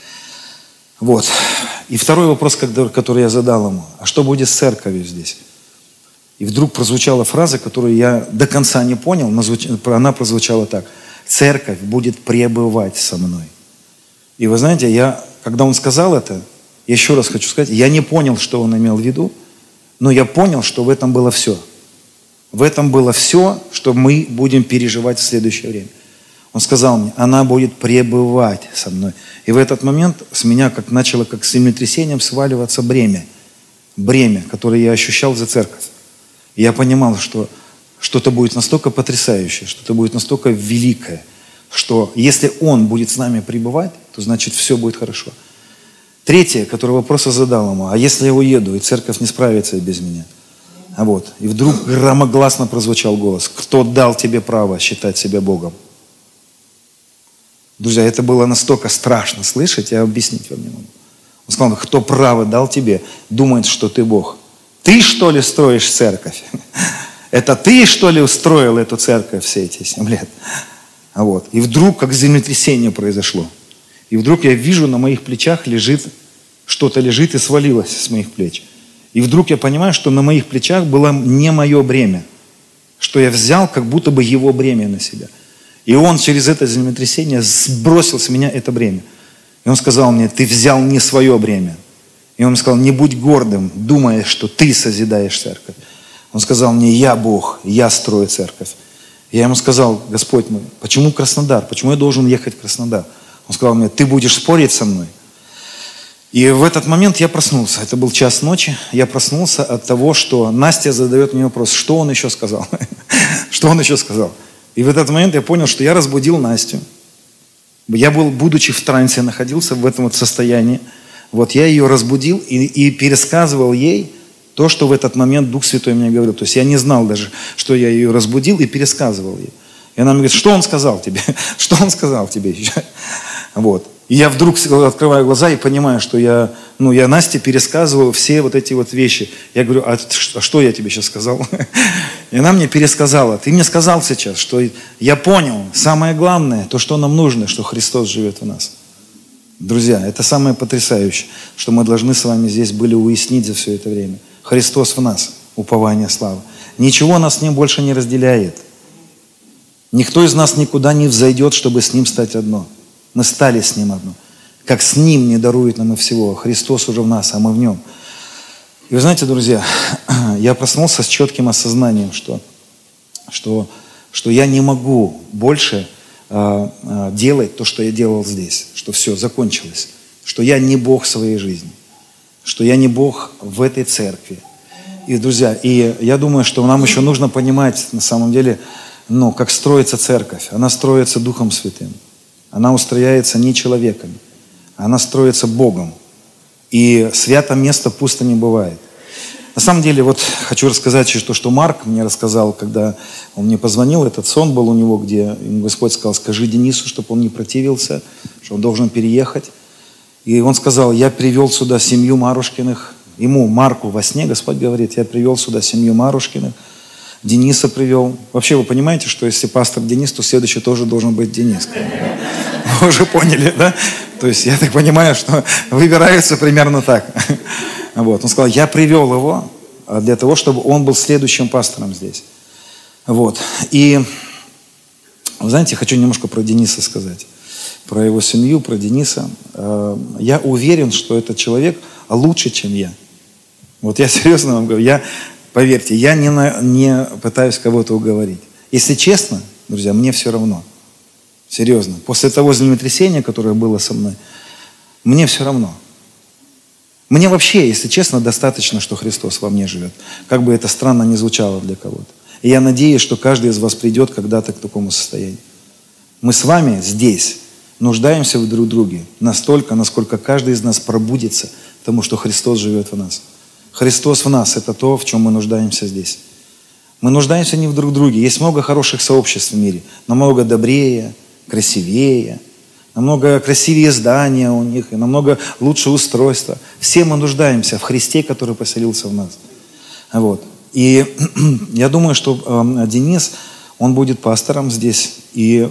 Вот. И второй вопрос, который я задал ему, а что будет с церковью здесь? И вдруг прозвучала фраза, которую я до конца не понял, но она прозвучала так. Церковь будет пребывать со мной. И вы знаете, я, когда он сказал это, я еще раз хочу сказать, я не понял, что он имел в виду, но я понял, что в этом было все. В этом было все, что мы будем переживать в следующее время. Он сказал мне, она будет пребывать со мной. И в этот момент с меня как начало, как с землетрясением, сваливаться бремя. Бремя, которое я ощущал за церковь. И я понимал, что, что-то будет настолько потрясающее, что-то будет настолько великое, что если Он будет с нами пребывать, то значит все будет хорошо. Третье, который вопрос я задал ему: а если я уеду, и церковь не справится без меня? А вот, и вдруг громогласно прозвучал голос: кто дал тебе право считать себя Богом? Друзья, это было настолько страшно слышать, я объяснить вам не могу. Он сказал: кто право дал тебе думать, что ты Бог? Ты, что ли, строишь церковь? Это ты, что ли, устроил эту церковь все эти семь лет? А вот. И вдруг, как землетрясение произошло. И вдруг я вижу, на моих плечах лежит, что-то лежит и свалилось с моих плеч. И вдруг я понимаю, что на моих плечах было не мое бремя. Что я взял как будто бы его бремя на себя. И он через это землетрясение сбросил с меня это бремя. И он сказал мне: ты взял не свое бремя. И он мне сказал: не будь гордым, думая, что ты созидаешь церковь. Он сказал мне: я Бог, я строю церковь. Я ему сказал: Господь мой, почему Краснодар? Почему я должен ехать в Краснодар? Он сказал мне: ты будешь спорить со мной? И в этот момент я проснулся. Это был час ночи. Я проснулся от того, что Настя задает мне вопрос: что он еще сказал? Что он еще сказал? И в этот момент я понял, что я разбудил Настю. Я был, будучи в трансе, находился в этом вот состоянии. Вот я ее разбудил и, и пересказывал ей то, что в этот момент Дух Святой мне говорил. То есть я не знал даже, что я ее разбудил, и пересказывал ей. И она мне говорит: что он сказал тебе? Что он сказал тебе еще? Вот. И я вдруг открываю глаза и понимаю, что я, ну, я Насте пересказываю все вот эти вот вещи. Я говорю: а что я тебе сейчас сказал? И она мне пересказала: ты мне сказал сейчас, что я понял, самое главное, то, что нам нужно, что Христос живет в нас. Друзья, это самое потрясающее, что мы должны с вами здесь были уяснить за все это время. Христос в нас, упование славы. Ничего нас с Ним больше не разделяет. Никто из нас никуда не взойдет, чтобы с Ним стать одно. Мы стали с Ним одно. Как с Ним не дарует нам и всего. Христос уже в нас, а мы в Нем. И вы знаете, друзья, я проснулся с четким осознанием, что, что, что я не могу больше э, э, делать то, что я делал здесь. Что все, закончилось. Что я не Бог своей жизни. Что я не Бог в этой церкви. И, друзья, и я думаю, что нам еще нужно понимать, на самом деле, ну, как строится церковь. Она строится Духом Святым. Она устрояется не человеками. Она строится Богом. И свято место пусто не бывает. На самом деле, вот хочу рассказать что, что Марк мне рассказал, когда он мне позвонил, этот сон был у него, где ему Господь сказал: скажи Денису, чтобы он не противился, что он должен переехать. И он сказал: я привел сюда семью Марушкиных. Ему, Марку, во сне Господь говорит: я привел сюда семью Марушкиных, Дениса привел. Вообще, вы понимаете, что если пастор Денис, то следующий тоже должен быть Денис. Вы уже поняли, да? То есть я так понимаю, что выбирается примерно так. Вот. Он сказал: я привел его для того, чтобы он был следующим пастором здесь. Вот. И, вы знаете, хочу немножко про Дениса сказать. Про его семью, про Дениса. Я уверен, что этот человек лучше, чем я. Вот я серьезно вам говорю. Я, поверьте, я не, на, не пытаюсь кого-то уговорить. Если честно, друзья, мне все равно. Серьезно. После того землетрясения, которое было со мной, мне все равно. Мне вообще, если честно, достаточно, что Христос во мне живет. Как бы это странно ни звучало для кого-то. И я надеюсь, что каждый из вас придет когда-то к такому состоянию. Мы с вами здесь нуждаемся в друг друге настолько, насколько каждый из нас пробудится тому, что Христос живет в нас. Христос в нас – это то, в чем мы нуждаемся здесь. Мы нуждаемся не в друг друге. Есть много хороших сообществ в мире, намного добрее, красивее, намного красивее здания у них, и намного лучше устройства. Все мы нуждаемся в Христе, который поселился в нас. Вот. И я думаю, что э, Денис, он будет пастором здесь, и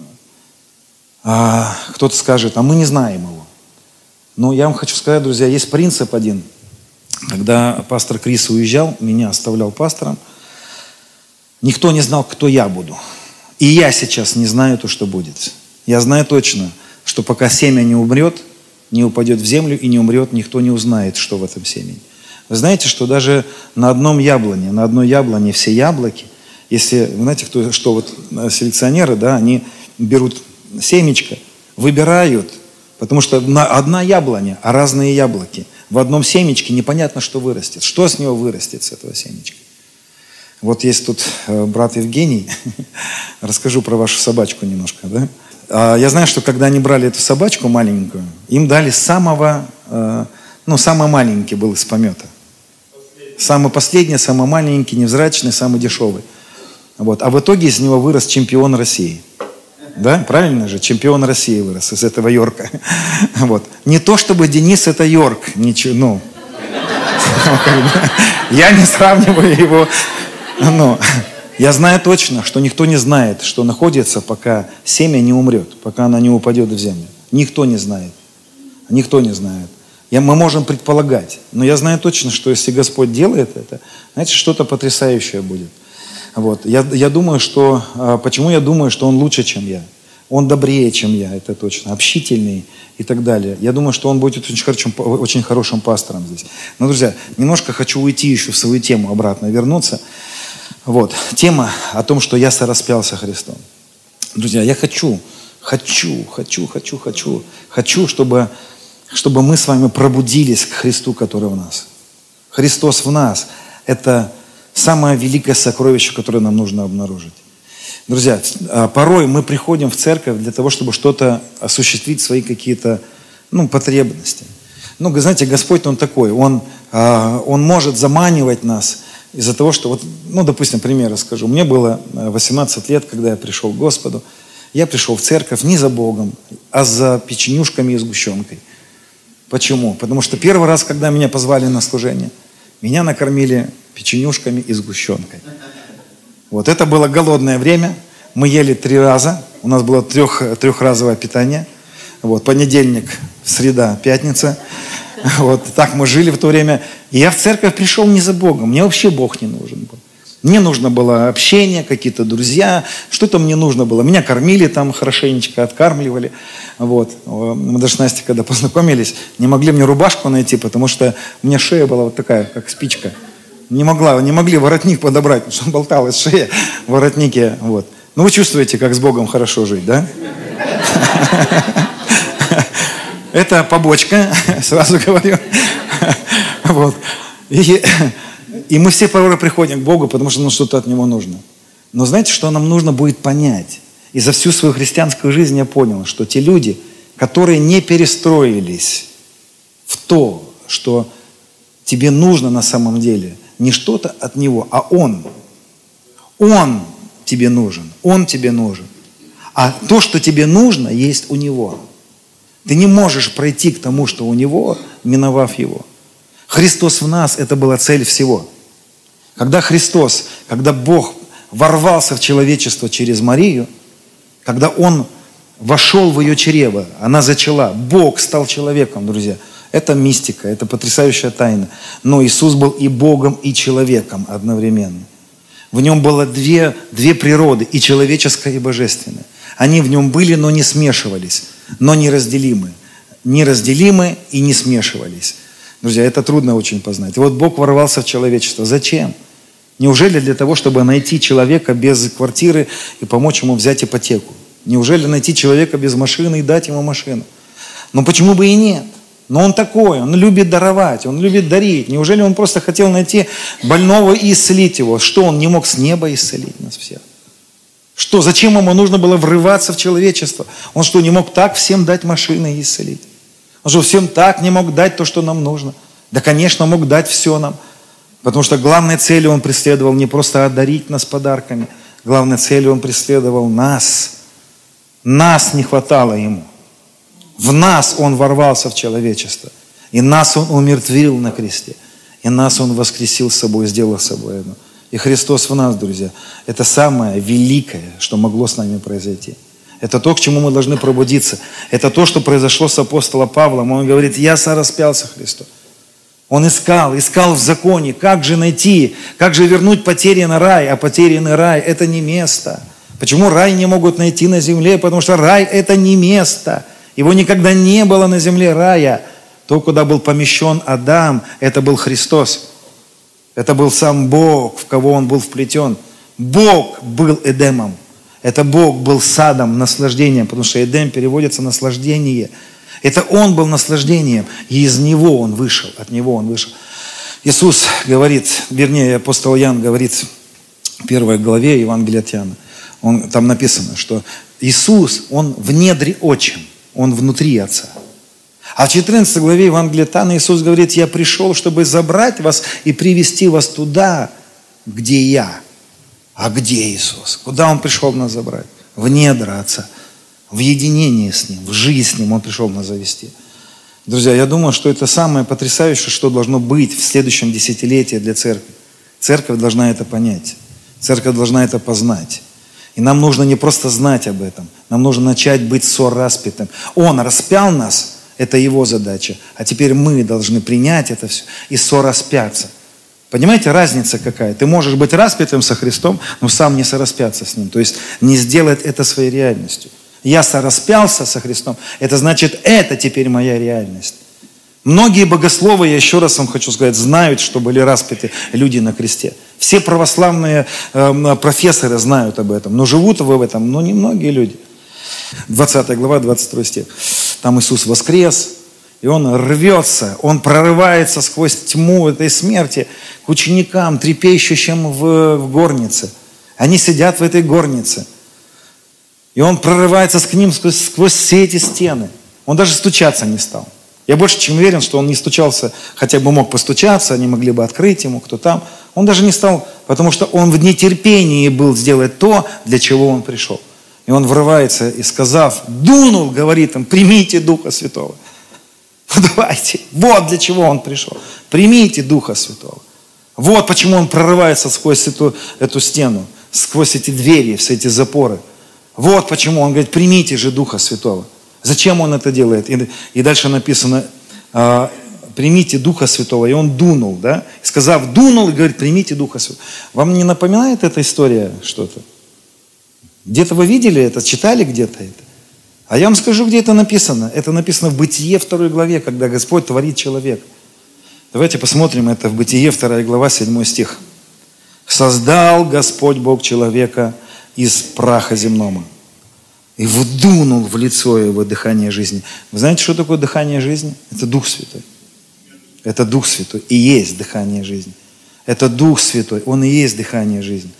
э, кто-то скажет: а мы не знаем его. Но я вам хочу сказать, друзья, есть принцип один. Когда пастор Крис уезжал, меня оставлял пастором, никто не знал, кто я буду. И я сейчас не знаю то, что будет. Я знаю точно, что пока семя не умрет, не упадет в землю и не умрет, никто не узнает, что в этом семени. Вы знаете, что даже на одном яблоне, на одной яблоне все яблоки, если, вы знаете, кто, что вот селекционеры, да, они берут семечко, выбирают, потому что на одна яблоня, а разные яблоки. В одном семечке непонятно, что вырастет. Что с него вырастет, с этого семечка? Вот есть тут брат Евгений. Расскажу про вашу собачку немножко, да? Я знаю, что когда они брали эту собачку маленькую, им дали самого, ну, самый маленький был из помета. Самый последний, самый маленький, невзрачный, самый дешевый. Вот. А в итоге из него вырос чемпион России. Да, правильно же? Чемпион России вырос из этого Йорка. Вот. Не то, чтобы Денис это Йорк. Ничего, ну. Я не сравниваю его. Но я знаю точно, что никто не знает, что находится, пока семя не умрет, пока она не упадет в землю. Никто не знает. Никто не знает. Я, мы можем предполагать. Но я знаю точно, что если Господь делает это, знаете, что-то потрясающее будет. Вот. Я, я думаю, что... Почему я думаю, что он лучше, чем я? Он добрее, чем я, это точно. Общительный и так далее. Я думаю, что он будет очень хорошим, очень хорошим пастором здесь. Но, друзья, немножко хочу уйти еще в свою тему, обратно вернуться. Вот. Тема о том, что я сораспялся Христом. Друзья, я хочу, хочу, хочу, хочу, хочу, хочу, чтобы, чтобы мы с вами пробудились к Христу, который в нас. Христос в нас – это... самое великое сокровище, которое нам нужно обнаружить. Друзья, порой мы приходим в церковь для того, чтобы что-то осуществить, свои какие-то, ну, потребности. Ну, вы знаете, Господь, Он такой, Он, Он может заманивать нас из-за того, что, вот, ну, допустим, пример расскажу. Мне было восемнадцать лет, когда я пришел к Господу. Я пришел в церковь не за Богом, а за печенюшками и сгущенкой. Почему? Потому что первый раз, когда меня позвали на служение, меня накормили печенюшками и сгущенкой. Вот это было голодное время. Мы ели три раза. У нас было трех, трехразовое питание. Вот, понедельник, среда, пятница. Вот так мы жили в то время. И я в церковь пришел не за Богом. Мне вообще Бог не нужен был. Мне нужно было общение, какие-то друзья. Что-то мне нужно было. Меня кормили там хорошенечко, откармливали. Вот. Мы даже с Настей, когда познакомились, не могли мне рубашку найти, потому что у меня шея была вот такая, как спичка. Не могла, не могли воротник подобрать, потому что болталась шея в воротнике. Вот. Ну, вы чувствуете, как с Богом хорошо жить, да? Это побочка, сразу говорю. Вот. И, и мы все порой приходим к Богу, потому что нам что-то от Него нужно. Но знаете, что нам нужно будет понять? И за всю свою христианскую жизнь я понял, что те люди, которые не перестроились в то, что тебе нужно на самом деле, не что-то от Него, а Он. Он тебе нужен. Он тебе нужен. А то, что тебе нужно, есть у Него. Ты не можешь пройти к тому, что у Него, миновав Его. Христос в нас – это была цель всего. Когда Христос, когда Бог ворвался в человечество через Марию, когда Он вошел в ее чрево, она зачала, Бог стал человеком, друзья. Это мистика, это потрясающая тайна. Но Иисус был и Богом, и человеком одновременно. В Нем было две, две природы, и человеческая, и божественная. Они в Нем были, но не смешивались, но неразделимы. Неразделимы и не смешивались. Друзья, это трудно очень познать. И вот Бог ворвался в человечество. Зачем? Неужели для того, чтобы найти человека без квартиры и помочь ему взять ипотеку? Неужели найти человека без машины и дать ему машину? Но почему бы и нет? Но Он такой, Он любит даровать, Он любит дарить. Неужели Он просто хотел найти больного и исцелить его? Что, Он не мог с неба исцелить нас всех? Что, зачем Ему нужно было врываться в человечество? Он что, не мог так всем дать машины и исцелить? Он что, всем так не мог дать то, что нам нужно? Да, конечно, мог дать все нам. Потому что главной целью Он преследовал не просто одарить нас подарками. Главной целью Он преследовал нас. Нас не хватало Ему. В нас Он ворвался в человечество. И нас Он умертвил на кресте. И нас Он воскресил с собой, сделал с собой одно. И Христос в нас, друзья, это самое великое, что могло с нами произойти. Это то, к чему мы должны пробудиться. Это то, что произошло с апостолом Павлом. Он говорит, я сораспялся Христу. Он искал, искал в законе, как же найти, как же вернуть потерянный рай. А потерянный рай – это не место. Почему рай не могут найти на земле? Потому что рай – это не место. Его никогда не было на земле рая. То, куда был помещен Адам, это был Христос. Это был сам Бог, в кого Он был вплетен. Бог был Эдемом. Это Бог был садом, наслаждением, потому что Эдем переводится наслаждение. Это Он был наслаждением, и из Него Он вышел, от Него Он вышел. Иисус говорит, вернее, апостол Иоанн говорит первой главе Евангелия от Иоанна. Он, там написано, что Иисус, Он в недре отчим, Он внутри Отца. А в четырнадцатой главе Евангелия от Иоанна Иисус говорит: я пришел, чтобы забрать вас и привести вас туда, где я. А где Иисус? Куда Он пришел нас забрать? В недра Отца, в единение с Ним, в жизнь с Ним Он пришел нас завести. Друзья, я думаю, что это самое потрясающее, что должно быть в следующем десятилетии для церкви. Церковь должна это понять. Церковь должна это познать. И нам нужно не просто знать об этом, нам нужно начать быть сораспятым. Он распял нас, это Его задача, а теперь мы должны принять это все и сораспяться. Понимаете, разница какая? Ты можешь быть распятым со Христом, но сам не сораспяться с Ним, то есть не сделать это своей реальностью. Я сораспялся со Христом, это значит, это теперь моя реальность. Многие богословы, я еще раз вам хочу сказать, знают, что были распяты люди на кресте. Все православные э, профессоры знают об этом, но живут в этом, но немногие люди. двадцатая глава, двадцать второй стих. Там Иисус воскрес, и Он рвется, Он прорывается сквозь тьму этой смерти к ученикам, трепещущим в, в горнице. Они сидят в этой горнице. И Он прорывается к ним сквозь, сквозь все эти стены. Он даже стучаться не стал. Я больше чем уверен, что Он не стучался, хотя бы мог постучаться, они могли бы открыть Ему, кто там. Он даже не стал, потому что Он в нетерпении был сделать то, для чего Он пришел. И Он врывается и, сказав, дунул, говорит им: примите Духа Святого. Давайте. Вот для чего Он пришел. Примите Духа Святого. Вот почему Он прорывается сквозь эту, эту стену, сквозь эти двери, все эти запоры. Вот почему Он говорит: примите же Духа Святого. Зачем Он это делает? И, и дальше написано: э, примите Духа Святого. И Он дунул, да? Сказав, дунул, и говорит: примите Духа Святого. Вам не напоминает эта история что-то? Где-то вы видели это, читали где-то это? А я вам скажу, где это написано. Это написано в Бытие второй главе, когда Господь творит человека. Давайте посмотрим это в Бытие вторая глава, седьмой стих. «Создал Господь Бог человека из праха земного и вдунул в лицо его дыхание жизни». Вы знаете, что такое дыхание жизни? Это Дух Святой. Это Дух Святой и есть дыхание жизни. Это Дух Святой, Он и есть дыхание жизни.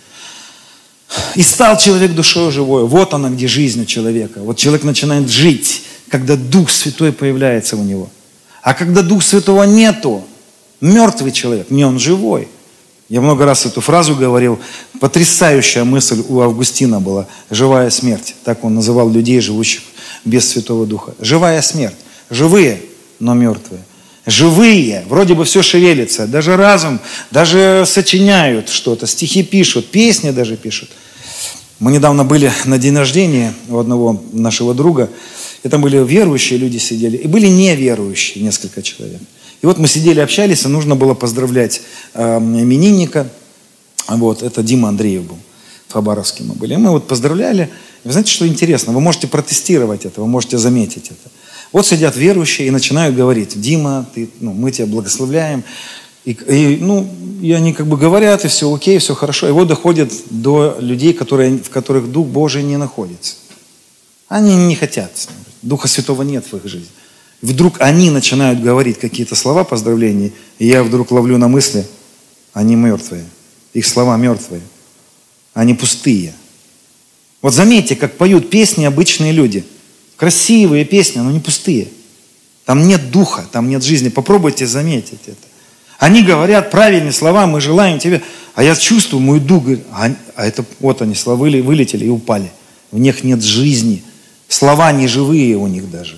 И стал человек душой живой. Вот она, где жизнь у человека. Вот человек начинает жить, когда Дух Святой появляется у него. А когда Духа Святого нету, мертвый человек, не он живой. Я много раз эту фразу говорил. Потрясающая мысль у Августина была. Живая смерть. Так он называл людей, живущих без Святого Духа. Живая смерть. Живые, но мертвые. Живые, вроде бы все шевелится, даже разум, даже сочиняют что-то, стихи пишут, песни даже пишут. Мы недавно были на день рождения у одного нашего друга, и там были верующие люди сидели, и были неверующие несколько человек. И вот мы сидели, общались, и нужно было поздравлять э, именинника, вот, это Дима Андреев был, в Хабаровске мы были. И мы вот поздравляли. И вы знаете, что интересно? Вы можете протестировать это, вы можете заметить это. Вот сидят верующие и начинают говорить: Дима, ты, ну, мы тебя благословляем. И, и, ну, и они как бы говорят, и все окей, все хорошо. И вот доходят до людей, которые, в которых Дух Божий не находится. Они не хотят. Духа Святого нет в их жизни. Вдруг они начинают говорить какие-то слова поздравлений, и я вдруг ловлю на мысли: они мертвые. Их слова мертвые. Они пустые. Вот заметьте, как поют песни обычные люди. Красивые песни, но не пустые. Там нет духа, там нет жизни. Попробуйте заметить это. Они говорят правильные слова: мы желаем тебе. А я чувствую, мой дух говорит, а, а это вот они, слова вылетели и упали. В них нет жизни. Слова не живые у них даже.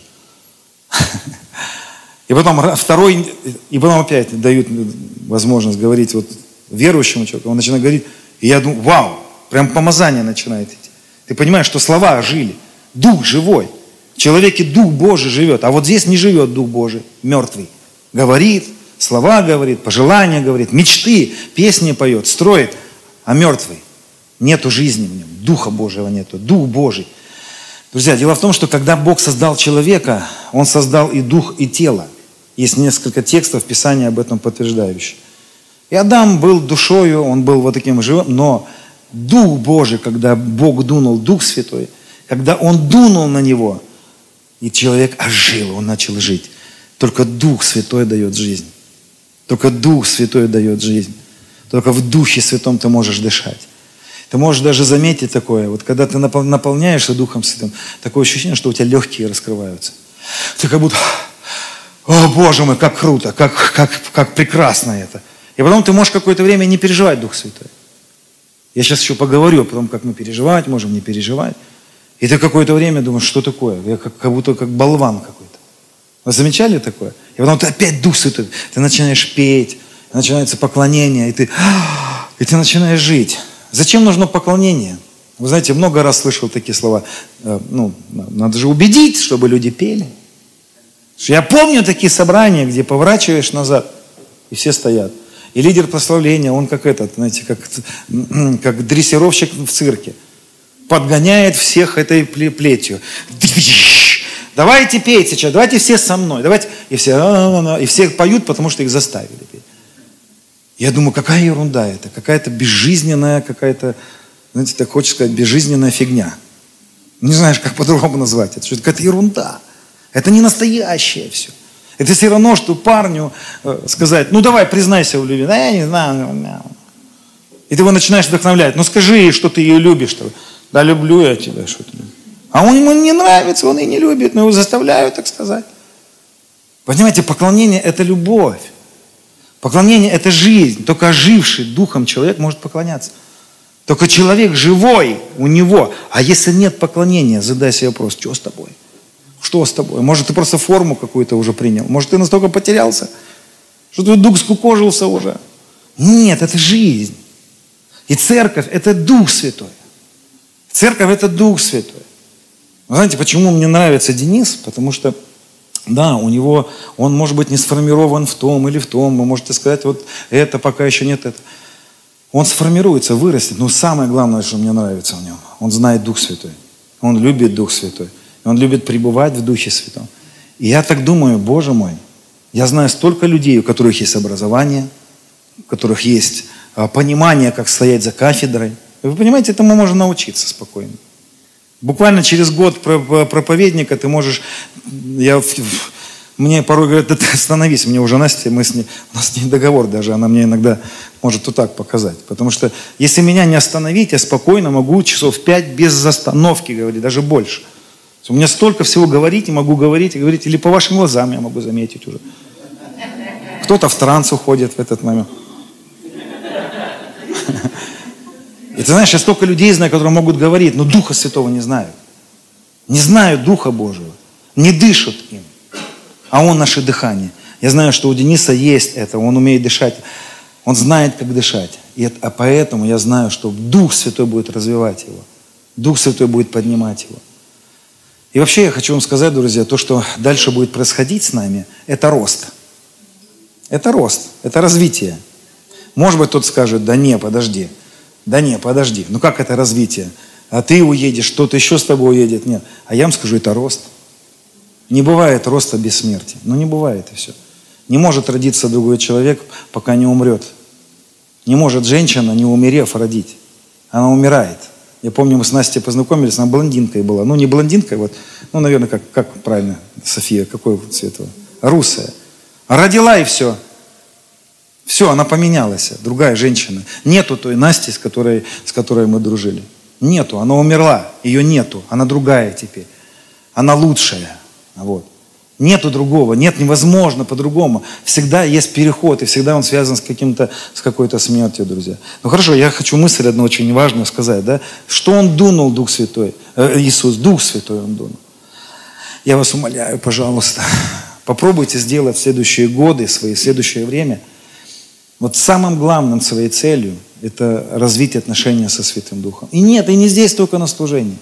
И потом второй, и потом опять дают возможность говорить вот верующему человеку. Он начинает говорить, и я думаю: вау, прям помазание начинает идти. Ты понимаешь, что слова ожили. Дух живой. В человеке Дух Божий живет, а вот здесь не живет Дух Божий, мертвый. Говорит, слова говорит, пожелания говорит, мечты, песни поет, строит, а мертвый. Нету жизни в нем, Духа Божьего нету, Дух Божий. Друзья, дело в том, что когда Бог создал человека, Он создал и дух, и тело. Есть несколько текстов Писания об этом подтверждающих. И Адам был душою, он был вот таким живым, но Дух Божий, когда Бог дунул, Дух Святой, когда Он дунул на него, и человек ожил, он начал жить. Только Дух Святой дает жизнь. Только Дух Святой дает жизнь. Только в Духе Святом ты можешь дышать. Ты можешь даже заметить такое, вот когда ты наполняешься Духом Святым, такое ощущение, что у тебя легкие раскрываются. Ты как будто, о Боже мой, как круто, как, как, как прекрасно это. И потом ты можешь какое-то время не переживать Дух Святой. Я сейчас еще поговорю о том, как мы переживать можем, не переживать. И ты какое-то время думаешь, что такое? Я как, как будто как болван какой-то. Вы замечали такое? И потом ты опять Дух Святой, ты начинаешь петь, начинается поклонение, и ты, и ты начинаешь жить. Зачем нужно поклонение? Вы знаете, много раз слышал такие слова. Ну, надо же убедить, чтобы люди пели. Я помню такие собрания, где поворачиваешь назад, и все стоят. И лидер прославления, он как этот, знаете, как, как дрессировщик в цирке. Подгоняет всех этой плетью. Давайте петь сейчас, давайте все со мной. Давайте. И все, и все поют, потому что их заставили петь. Я думаю, какая ерунда это, какая-то безжизненная, какая-то, знаете, так хочешь сказать, безжизненная фигня. Не знаешь, как по-другому назвать это. Что это какая-то ерунда. Это не настоящее все. Это все равно, что парню э, сказать, ну давай, признайся в любви. Да я не знаю. И ты его начинаешь вдохновлять. Ну скажи, что ты ее любишь. Да люблю я тебя. Что ты. А он ему не нравится, он и не любит, но его заставляют, так сказать. Понимаете, поклонение – это любовь. Поклонение – это жизнь. Только оживший духом человек может поклоняться. Только человек живой у него. А если нет поклонения, задай себе вопрос, что с тобой? Что с тобой? Может, ты просто форму какую-то уже принял? Может, ты настолько потерялся, что твой дух скукожился уже? Нет, это жизнь. И церковь – это Дух Святой. Церковь – это Дух Святой. Вы знаете, почему мне нравится Денис? Потому что, да, у него, он может быть не сформирован в том или в том. Вы можете сказать, вот это пока еще нет это. Он сформируется, вырастет. Но самое главное, что мне нравится в нем, он знает Дух Святой. Он любит Дух Святой. Он любит пребывать в Духе Святом. И я так думаю, Боже мой, я знаю столько людей, у которых есть образование, у которых есть понимание, как стоять за кафедрой. Вы понимаете, этому можно научиться спокойно. Буквально через год проповедника ты можешь... Я, мне порой говорят, да ты остановись, мне уже Настя, мы с ней, у нас с ней договор даже, она мне иногда может вот так показать. Потому что если меня не остановить, я спокойно могу часов пять без остановки говорить, даже больше. У меня столько всего говорить, и могу говорить, и говорить, или по вашим глазам я могу заметить уже. Кто-то в транс уходит в этот момент. И ты знаешь, я столько людей знаю, которые могут говорить, но Духа Святого не знают. Не знают Духа Божьего. Не дышат им. А Он наше дыхание. Я знаю, что у Дениса есть это, он умеет дышать. Он знает, как дышать. И это, а поэтому я знаю, что Дух Святой будет развивать его. Дух Святой будет поднимать его. И вообще я хочу вам сказать, друзья, то, что дальше будет происходить с нами, это рост. Это рост, это развитие. Может быть, кто-то скажет, да не, подожди. Да не, подожди. Ну как это развитие? А ты уедешь, кто-то еще с тобой уедет. Нет. А я вам скажу, это рост. Не бывает роста без смерти. Ну не бывает и все. Не может родиться другой человек, пока не умрет. Не может женщина, не умерев, родить. Она умирает. Я помню, мы с Настей познакомились, она блондинкой была. Ну, не блондинкой, вот, ну, наверное, как, как правильно, София, какой цвет? Русая. А родила и все. Все, она поменялась, другая женщина. Нету той Насти, с которой, с которой мы дружили. Нету, она умерла, ее нету, она другая теперь. Она лучшая. Вот. Нету другого, нет, невозможно по-другому. Всегда есть переход, и всегда он связан с, каким-то, с какой-то смертью, друзья. Ну хорошо, я хочу мысль одну очень важную сказать, да? Что он дунул, Дух Святой? Э, Иисус, Дух Святой он дунул. Я вас умоляю, пожалуйста, попробуйте сделать в следующие годы, в свое следующее время, вот самым главным своей целью, это развить отношения со Святым Духом. И нет, и не здесь только на служении.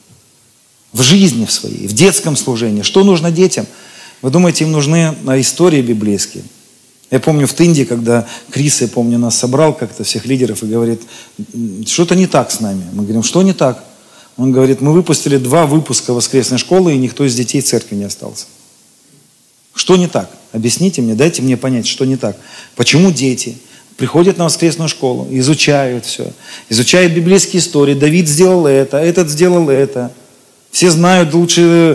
В жизни в своей, в детском служении. Что нужно детям? Вы думаете, им нужны истории библейские? Я помню в Тынде, когда Крис, я помню, нас собрал как-то, всех лидеров, и говорит, что-то не так с нами. Мы говорим, что не так? Он говорит, мы выпустили два выпуска воскресной школы, и никто из детей в церкви не остался. Что не так? Объясните мне, дайте мне понять, что не так. Почему дети приходят на воскресную школу, изучают все, изучают библейские истории, Давид сделал это, этот сделал это. Все знают лучше,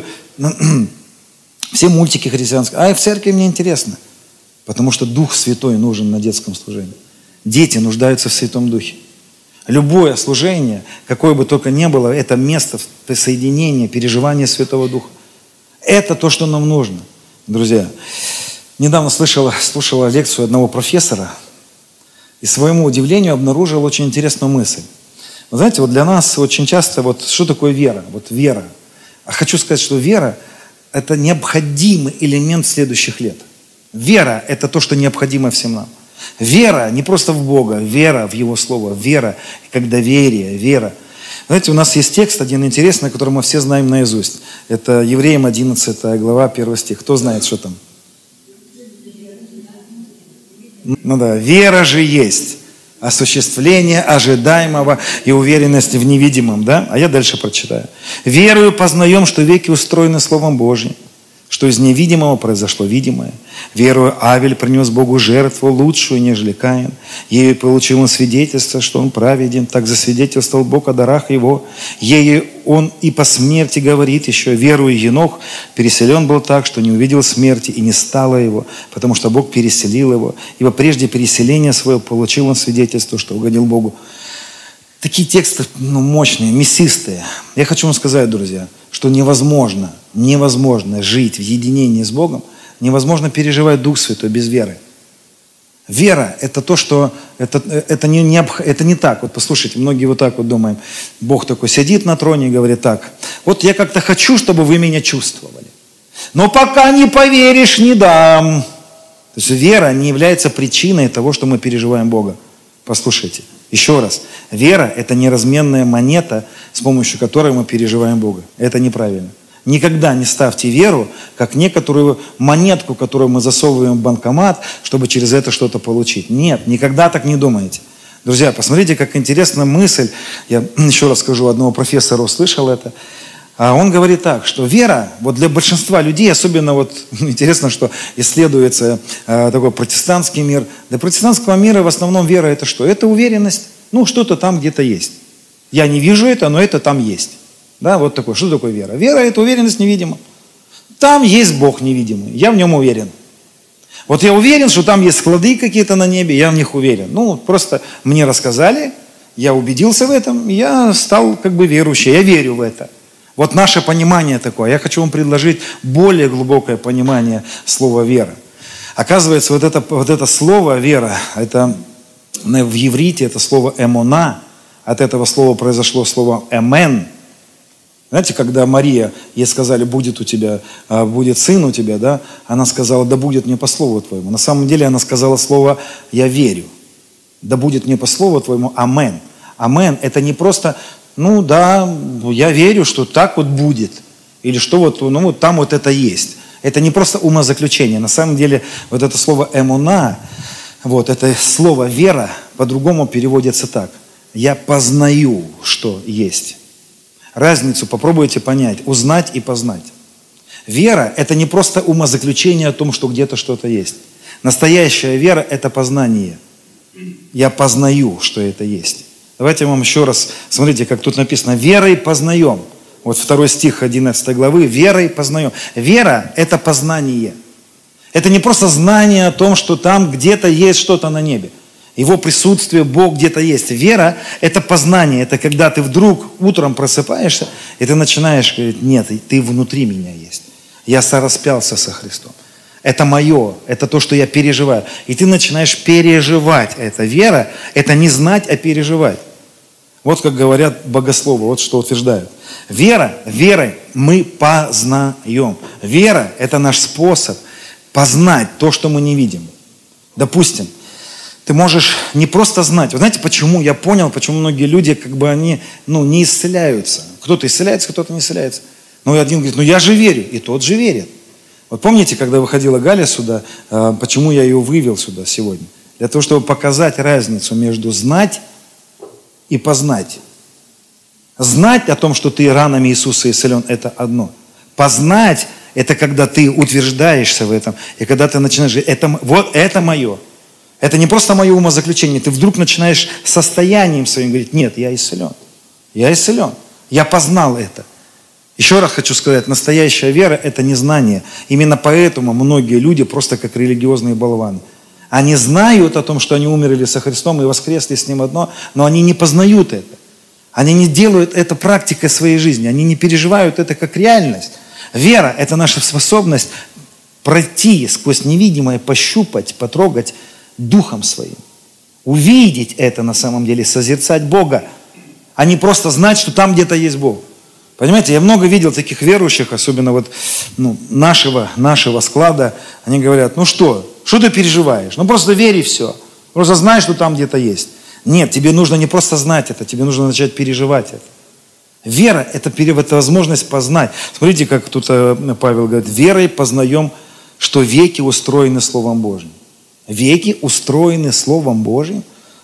все мультики христианские. А в церкви мне интересно. Потому что Дух Святой нужен на детском служении. Дети нуждаются в Святом Духе. Любое служение, какое бы только ни было, это место соединения, переживания Святого Духа. Это то, что нам нужно, друзья. Недавно слышала, слушала лекцию одного профессора и, своему удивлению, обнаружил очень интересную мысль. Вы знаете, вот для нас очень часто, вот что такое вера? Вот вера. А хочу сказать, что вера – это необходимый элемент следующих лет. Вера – это то, что необходимо всем нам. Вера не просто в Бога, вера в Его Слово, вера как доверие, вера. Знаете, у нас есть текст один интересный, который мы все знаем наизусть. Это Евреям одиннадцатая глава, первый стих. Кто знает, что там? Ну да, вера же есть осуществление ожидаемого и уверенности в невидимом, да? А я дальше прочитаю. Верою познаем, что веки устроены Словом Божьим, что из невидимого произошло видимое. Верою Авель принес Богу жертву лучшую, нежели Каин. Ею получил он свидетельство, что он праведен. Так засвидетельствовал Бог о дарах его. Ею он и по смерти говорит еще. Верою Енох переселен был так, что не увидел смерти и не стало его, потому что Бог переселил его. Ибо прежде переселения своего получил он свидетельство, что угодил Богу. Такие тексты, ну, мощные, мясистые. Я хочу вам сказать, друзья, что невозможно, невозможно жить в единении с Богом, невозможно переживать Дух Святой без веры. Вера – это то, что, это, это, не, не, это не так. Вот послушайте, многие вот так вот думаем. Бог такой сидит на троне и говорит так: вот я как-то хочу, чтобы вы меня чувствовали. Но пока не поверишь, не дам. То есть вера не является причиной того, что мы переживаем Бога. Послушайте. Еще раз, вера – это неразменная монета, с помощью которой мы переживаем Бога. Это неправильно. Никогда не ставьте веру, как некоторую монетку, которую мы засовываем в банкомат, чтобы через это что-то получить. Нет, никогда так не думайте. Друзья, посмотрите, как интересна мысль. Я еще раз скажу, одного профессора услышал это. Он говорит так, что вера, вот для большинства людей, особенно вот интересно, что исследуется э, такой протестантский мир. Для протестантского мира в основном вера это что? Это уверенность, ну что-то там где-то есть. Я не вижу это, но это там есть. Да, вот такое. Что такое вера? Вера это уверенность невидима. Там есть Бог невидимый, я в нем уверен. Вот я уверен, что там есть склады какие-то на небе, я в них уверен. Ну просто мне рассказали, я убедился в этом, я стал как бы верующим, я верю в это. Вот наше понимание такое. Я хочу вам предложить более глубокое понимание слова «вера». Оказывается, вот это, вот это слово «вера», это в иврите это слово «эмона». От этого слова произошло слово «эмен». Знаете, когда Мария, ей сказали, будет у тебя, будет сын у тебя, да, она сказала, да будет мне по слову твоему. На самом деле она сказала слово «я верю». Да будет мне по слову твоему «амен». «Амен» это не просто... Ну да, я верю, что так вот будет. Или что вот, ну вот там вот это есть. Это не просто умозаключение. На самом деле вот это слово «эмуна», вот это слово «вера» по-другому переводится так. Я познаю, что есть. Разницу попробуйте понять, узнать и познать. Вера – это не просто умозаключение о том, что где-то что-то есть. Настоящая вера – это познание. Я познаю, что это есть. Давайте я вам еще раз, смотрите, как тут написано, верой познаем. Вот второй стих одиннадцатой главы, верой познаем. Вера – это познание. Это не просто знание о том, что там где-то есть что-то на небе. Его присутствие, Бог где-то есть. Вера – это познание. Это когда ты вдруг утром просыпаешься, и ты начинаешь говорить, нет, ты внутри меня есть. Я сораспялся со Христом. Это мое, это то, что я переживаю. И ты начинаешь переживать это. Вера – это не знать, а переживать. Вот как говорят богословы, вот что утверждают. Вера, верой мы познаем. Вера – это наш способ познать то, что мы не видим. Допустим, ты можешь не просто знать. Вы знаете, почему я понял, почему многие люди, как бы они, ну, не исцеляются. Кто-то исцеляется, кто-то не исцеляется. Но один говорит, ну я же верю, и тот же верит. Вот помните, когда выходила Галя сюда, почему я ее вывел сюда сегодня? Для того, чтобы показать разницу между знать и познать. Знать о том, что ты ранами Иисуса исцелен, это одно. Познать – это когда ты утверждаешься в этом, и когда ты начинаешь, это, вот это мое. Это не просто мое умозаключение, ты вдруг начинаешь состоянием своим говорить, нет, я исцелен. Я исцелен. Я познал это. Еще раз хочу сказать, настоящая вера – это не знание. Именно поэтому многие люди просто как религиозные болваны. Они знают о том, что они умерли со Христом и воскресли с Ним одно, но они не познают это. Они не делают это практикой своей жизни. Они не переживают это как реальность. Вера – это наша способность пройти сквозь невидимое, пощупать, потрогать духом своим. Увидеть это на самом деле, созерцать Бога, а не просто знать, что там где-то есть Бог. Понимаете, я много видел таких верующих, особенно вот ну, нашего, нашего склада. Они говорят, ну что, что ты переживаешь? Ну просто верь и все. Просто знай, что там где-то есть. Нет, тебе нужно не просто знать это, тебе нужно начать переживать это. Вера – это, это возможность познать. Смотрите, как тут Павел говорит, верой познаем, что веки устроены Словом Божьим. Веки устроены Словом Божьим?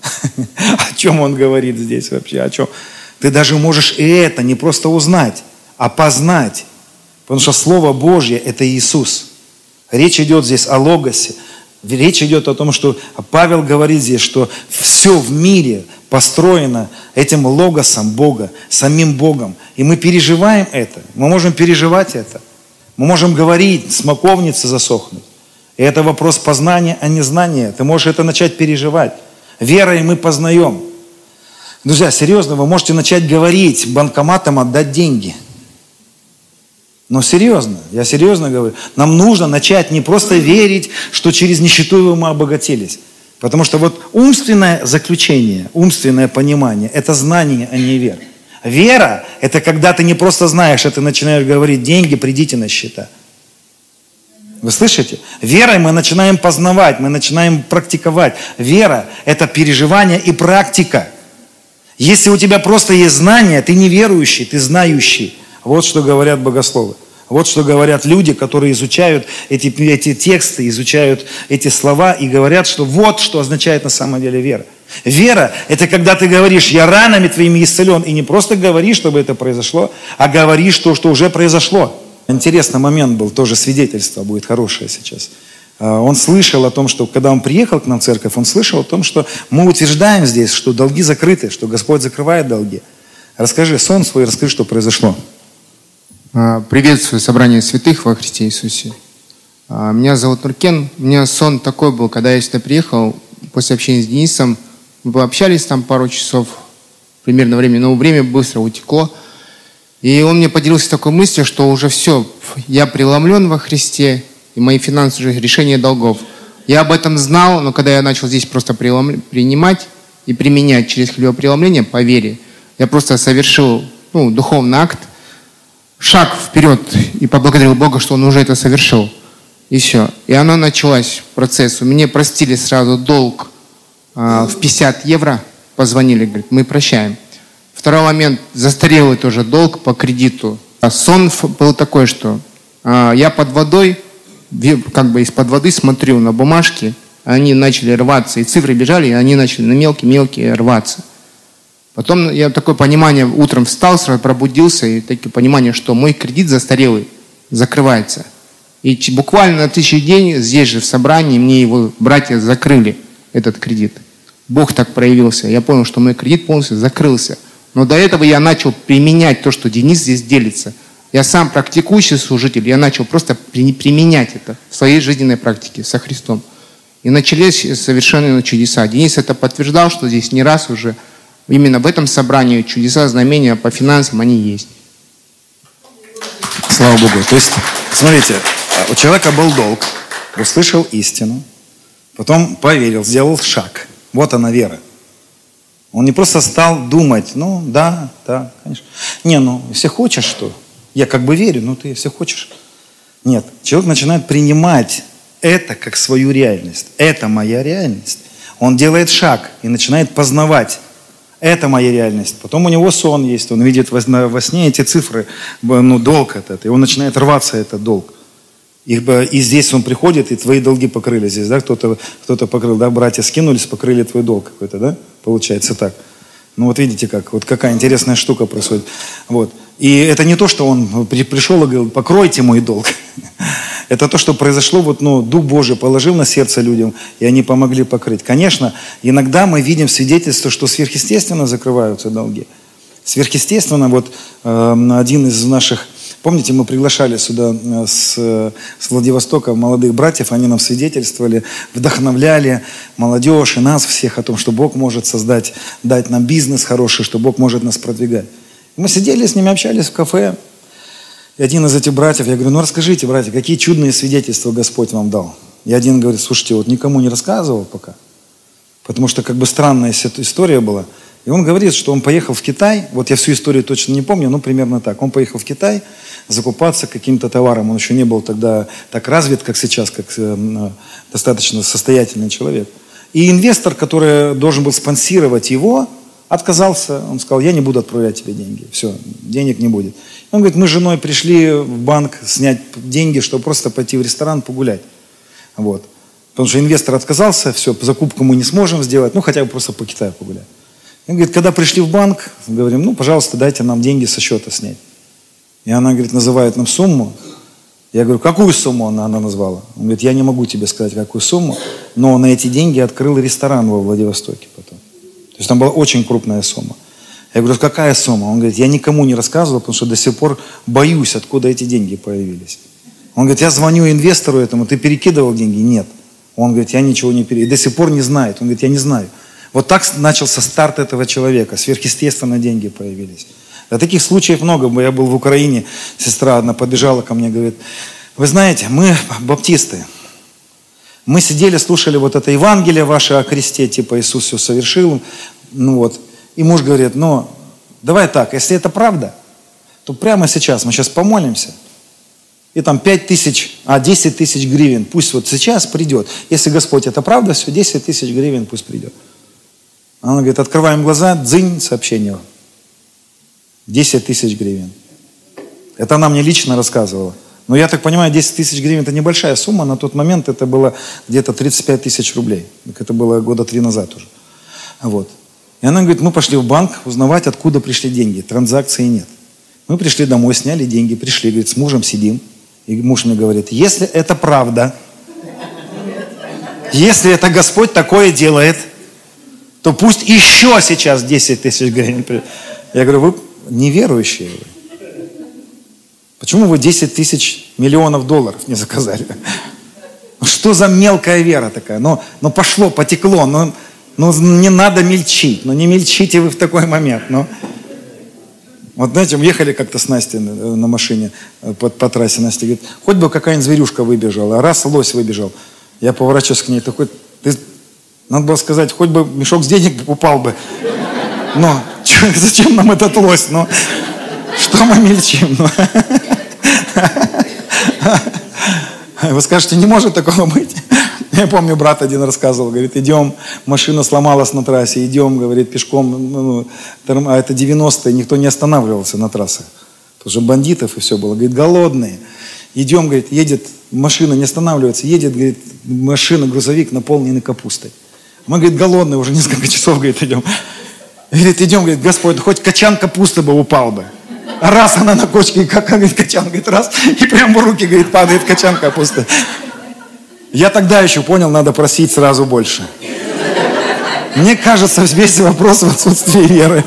О чем он говорит здесь вообще? О чем? Ты даже можешь и это не просто узнать, а познать. Потому что Слово Божье – это Иисус. Речь идет здесь о Логосе. Речь идет о том, что Павел говорит здесь, что все в мире построено этим Логосом Бога, самим Богом. И мы переживаем это. Мы можем переживать это. Мы можем говорить, смоковницы засохнуть. И это вопрос познания, а не знания. Ты можешь это начать переживать. Верой мы познаем. Друзья, серьезно, вы можете начать говорить, банкоматам отдать деньги. Но серьезно, я серьезно говорю, нам нужно начать не просто верить, что через нищету мы обогатились. Потому что вот умственное заключение, умственное понимание – это знание, а не вера. Вера – это когда ты не просто знаешь, а ты начинаешь говорить, деньги, придите на счета. Вы слышите? Верой мы начинаем познавать, мы начинаем практиковать. Вера – это переживание и практика. Если у тебя просто есть знание, ты не верующий, ты знающий. Вот что говорят богословы. Вот что говорят люди, которые изучают эти, эти тексты, изучают эти слова и говорят, что вот что означает на самом деле вера. Вера – это когда ты говоришь, я ранами твоими исцелен, и не просто говоришь, чтобы это произошло, а говоришь то, что уже произошло. Интересный момент был, тоже свидетельство будет хорошее сейчас. Он слышал о том, что когда он приехал к нам в церковь, он слышал о том, что мы утверждаем здесь, что долги закрыты, что Господь закрывает долги. Расскажи сон свой, расскажи, что произошло. Приветствую собрание святых во Христе Иисусе. Меня зовут Нуркен. У меня сон такой был, когда я сюда приехал, после общения с Денисом, мы общались там пару часов, примерно время, но время быстро утекло. И он мне поделился такой мыслью, что уже все, я преломлен во Христе, и мои финансы уже решение долгов. Я об этом знал, но когда я начал здесь просто прелом... принимать и применять через хлебопреломление по вере, я просто совершил ну, духовный акт, шаг вперед и поблагодарил Бога, что Он уже это совершил. И все. И оно началось, процесс. Мне простили сразу долг э, в пятьдесят евро. Позвонили, говорят, мы прощаем. Второй момент, застарелый тоже долг по кредиту. А сон был такой, что э, я под водой, как бы из-под воды смотрю на бумажки, они начали рваться, и цифры бежали, и они начали на мелкие-мелкие рваться. Потом я такое понимание, утром встал, сразу пробудился, и такое понимание, что мой кредит застарелый закрывается. И буквально на тысячу день здесь же в собрании мне его братья закрыли, этот кредит. Бог так проявился. Я понял, что мой кредит полностью закрылся. Но до этого я начал применять то, что Денис здесь делится. Я сам практикующий служитель, я начал просто применять это в своей жизненной практике со Христом. И начались совершенные чудеса. Денис это подтверждал, что здесь не раз уже именно в этом собрании чудеса, знамения по финансам, они есть. Слава Богу. То есть, смотрите, у человека был долг, услышал истину, потом поверил, сделал шаг. Вот она вера. Он не просто стал думать, ну да, да, конечно. Не, ну если хочешь, что? Я как бы верю, но ты если хочешь. Нет, человек начинает принимать это как свою реальность. Это моя реальность. Он делает шаг и начинает познавать. Это моя реальность. Потом у него сон есть, он видит во, во сне эти цифры, ну, долг этот, и он начинает рваться, этот долг. И, и здесь он приходит, и твои долги покрыли здесь, да, кто-то, кто-то покрыл, да, братья скинулись, покрыли твой долг какой-то, да, получается так. Ну вот видите, как, вот какая интересная штука происходит. Вот. И это не то, что он при, пришел и говорил, покройте мой долг. Это то, что произошло, вот, ну, Дух Божий положил на сердце людям, и они помогли покрыть. Конечно, иногда мы видим свидетельство, что сверхъестественно закрываются долги. Сверхъестественно, вот э, один из наших Помните, мы приглашали сюда с, с Владивостока молодых братьев, они нам свидетельствовали, вдохновляли молодежь и нас всех о том, что Бог может создать, дать нам бизнес хороший, что Бог может нас продвигать. Мы сидели с ними, общались в кафе. И один из этих братьев, я говорю, ну расскажите, братья, какие чудные свидетельства Господь вам дал? И один говорит, слушайте, вот никому не рассказывал пока, потому что как бы странная история была. И он говорит, что он поехал в Китай, вот я всю историю точно не помню, но примерно так. Он поехал в Китай закупаться каким-то товаром. Он еще не был тогда так развит, как сейчас, как э, достаточно состоятельный человек. И инвестор, который должен был спонсировать его, отказался. Он сказал, я не буду отправлять тебе деньги. Все, денег не будет. Он говорит, мы с женой пришли в банк снять деньги, чтобы просто пойти в ресторан погулять. Вот. Потому что инвестор отказался, все, закупку мы не сможем сделать, ну хотя бы просто по Китаю погулять. Он говорит, когда пришли в банк, говорим, ну, пожалуйста, дайте нам деньги со счета снять. И она, говорит, называет нам сумму. Я говорю, какую сумму она, она назвала? Он говорит, я не могу тебе сказать, какую сумму, но на эти деньги открыл ресторан во Владивостоке потом. То есть там была очень крупная сумма. Я говорю, какая сумма? Он говорит, я никому не рассказывал, потому что до сих пор боюсь, откуда эти деньги появились. Он говорит, я звоню инвестору этому, ты перекидывал деньги? Нет. Он говорит, я ничего не перекидывал. И до сих пор не знает. Он говорит, я не знаю. Вот так начался старт этого человека. Сверхъестественно деньги появились. А таких случаев много. Я был в Украине, сестра одна подбежала ко мне, говорит, вы знаете, мы баптисты. Мы сидели, слушали вот это Евангелие ваше о кресте, типа Иисус все совершил. Ну вот. И муж говорит, ну, давай так, если это правда, то прямо сейчас мы сейчас помолимся. И там пять тысяч, а десять тысяч гривен, пусть вот сейчас придет. Если Господь это правда, все, десять тысяч гривен пусть придет. Она говорит, открываем глаза, дзынь, сообщение. десять тысяч гривен. Это она мне лично рассказывала. Но я так понимаю, десять тысяч гривен это небольшая сумма. На тот момент это было где-то тридцать пять тысяч рублей. Это было года три назад уже. Вот. И она говорит, мы пошли в банк узнавать, откуда пришли деньги. Транзакции нет. Мы пришли домой, сняли деньги, пришли, говорит, с мужем сидим. И муж мне говорит, если это правда, если это Господь такое делает, то пусть еще сейчас десять тысяч гривен. Я говорю, вы неверующие. Почему вы десять тысяч миллионов долларов не заказали? Что за мелкая вера такая? Ну, ну пошло, потекло, ну, ну не надо мельчить. Ну не мельчите вы в такой момент. Ну. Вот знаете, мы ехали как-то с Настей на машине по, по трассе. Настя говорит, хоть бы какая-нибудь зверюшка выбежала. Раз лось выбежал. Я поворачиваюсь к ней, такой, ты... Надо было сказать, хоть бы мешок с денег упал бы. Но чё, зачем нам этот лось? Ну, что мы мельчим? Ну. Вы скажете, не может такого быть? Я помню, брат один рассказывал, говорит, идем, машина сломалась на трассе, идем, говорит, пешком, ну, а это девяностые, никто не останавливался на трассах. Потому что бандитов и все было. Говорит, голодные. Идем, говорит, едет, машина не останавливается, едет, говорит, машина, грузовик, наполненный капустой. Мы, говорит, голодные, уже несколько часов, говорит, идем. Говорит, идем, говорит, Господь, хоть качан капусты бы упал бы. А раз она на кочке, как, говорит, качан, говорит, раз, и прямо в руки, говорит, падает качан капусты. Я тогда еще понял, надо просить сразу больше. Мне кажется, весь вопрос в отсутствии веры.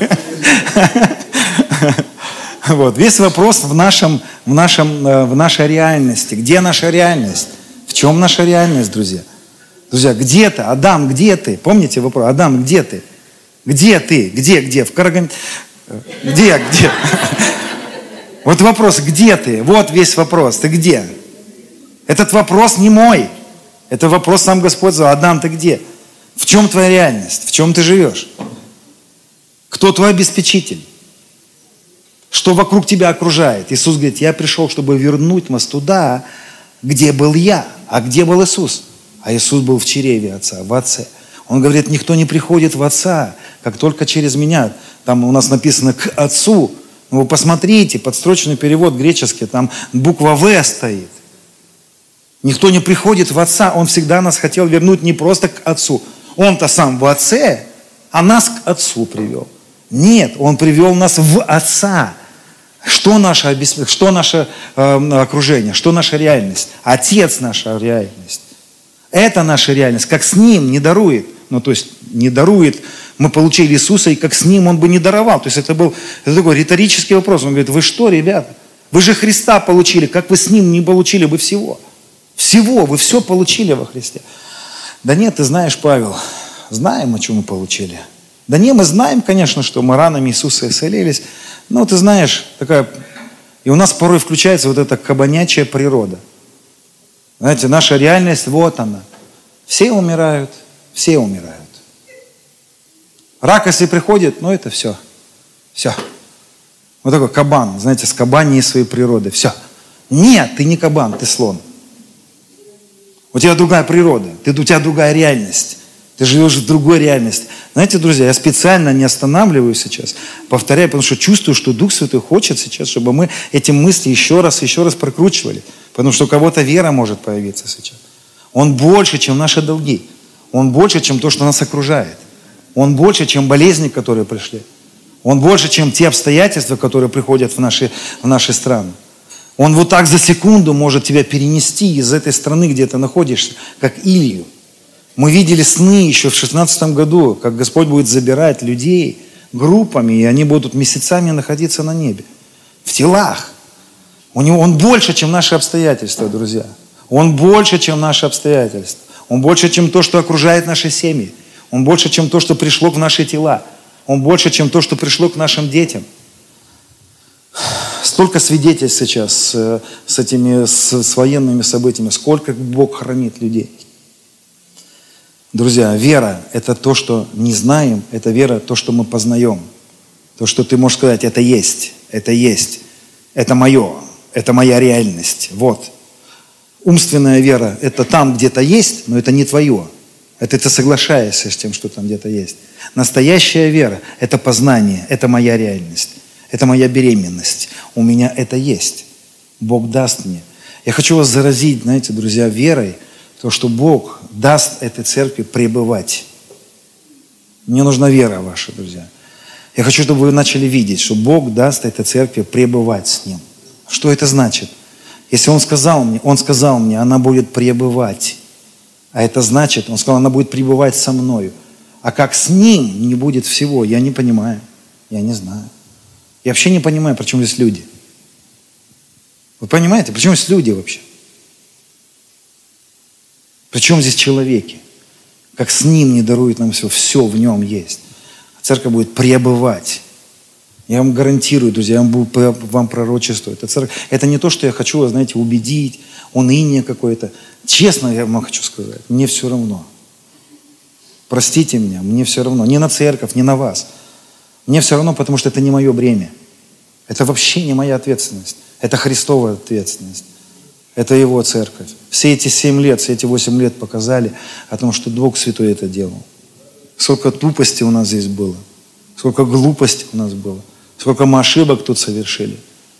Вот. Весь вопрос в, нашем, в, нашем, в нашей реальности. Где наша реальность? В чем наша реальность, друзья? Друзья, где ты? Адам, где ты? Помните вопрос? Адам, где ты? Где ты? Где, где? В Караган... Где, где? Вот вопрос, где ты? Вот весь вопрос. Ты где? Этот вопрос не мой. Это вопрос сам Господь задал. Адам, ты где? В чем твоя реальность? В чем ты живешь? Кто твой обеспечитель? Что вокруг тебя окружает? Иисус говорит, я пришел, чтобы вернуть вас туда, где был я. А где был Иисус? А Иисус был в чреве Отца, в Отце. Он говорит, никто не приходит в Отца, как только через меня. Там у нас написано «к Отцу». Ну, вы посмотрите, подстрочный перевод греческий, там буква «В» стоит. Никто не приходит в Отца. Он всегда нас хотел вернуть не просто к Отцу. Он-то сам в Отце, а нас к Отцу привел. Нет, Он привел нас в Отца. Что наше, что наше э, окружение, что наша реальность? Отец наша реальность. Это наша реальность. Как с Ним не дарует. Ну, то есть не дарует. Мы получили Иисуса, и как с Ним Он бы не даровал. То есть это был это такой риторический вопрос. Он говорит, вы что, ребята? Вы же Христа получили, как вы с Ним не получили бы всего? Всего, вы все получили во Христе. Да нет, ты знаешь, Павел, знаем, о чем мы получили. Да не, мы знаем, конечно, что мы ранами Иисуса исцелились, но ты знаешь, такая... И у нас порой включается вот эта кабанячья природа. Знаете, наша реальность, вот она. Все умирают, все умирают. Рак, если приходит, ну это все. Все. Вот такой кабан, знаете, с кабаньей своей природы. Все. Нет, ты не кабан, ты слон. У тебя другая природа, ты, у тебя другая реальность. Ты живешь в другой реальности. Знаете, друзья, я специально не останавливаюсь сейчас, повторяю, потому что чувствую, что Дух Святой хочет сейчас, чтобы мы эти мысли еще раз, еще раз прокручивали. Потому что у кого-то вера может появиться сейчас. Он больше, чем наши долги. Он больше, чем то, что нас окружает. Он больше, чем болезни, которые пришли. Он больше, чем те обстоятельства, которые приходят в наши, в наши страны. Он вот так за секунду может тебя перенести из этой страны, где ты находишься, как Илью. Мы видели сны еще в шестнадцатом году, как Господь будет забирать людей группами, и они будут месяцами находиться на небе. В телах. У него, он больше, чем наши обстоятельства, друзья. Он больше, чем наши обстоятельства. Он больше, чем то, что окружает наши семьи. Он больше, чем то, что пришло в наши тела. Он больше, чем то, что пришло к нашим детям. Столько свидетельств сейчас с, с этими, с, с военными событиями. Сколько Бог хранит людей. Друзья, вера – это то, что не знаем, это вера – то, что мы познаем. То, что ты можешь сказать, это есть, это есть, это мое, это моя реальность. Вот. Умственная вера – это там где-то есть, но это не твое. Это ты соглашаешься с тем, что там где-то есть. Настоящая вера – это познание, это моя реальность, это моя беременность. У меня это есть. Бог даст мне. Я хочу вас заразить, знаете, друзья, верой, то, что Бог даст этой церкви пребывать. Мне нужна вера ваша, друзья. Я хочу, чтобы вы начали видеть, что Бог даст этой церкви пребывать с Ним. Что это значит? Если Он сказал мне, Он сказал мне, она будет пребывать. А это значит, Он сказал, она будет пребывать со мною. А как с Ним не будет всего, я не понимаю. Я не знаю. Я вообще не понимаю, почему здесь люди. Вы понимаете, почему здесь люди вообще? Причем здесь человеки? Как с Ним не дарует нам все, все в Нем есть. Церковь будет пребывать. Я вам гарантирую, друзья, я вам, буду, вам пророчествую. Это, церковь, это не то, что я хочу, вы знаете, убедить, уныние какое-то. Честно я вам хочу сказать, мне все равно. Простите меня, мне все равно. Не на церковь, не на вас. Мне все равно, потому что это не мое бремя. Это вообще не моя ответственность. Это Христова ответственность. Это Его церковь. Все эти семь лет, все эти восемь лет показали о том, что Дух Святой это делал. Сколько тупости у нас здесь было. Сколько глупости у нас было. Сколько мы ошибок тут совершили.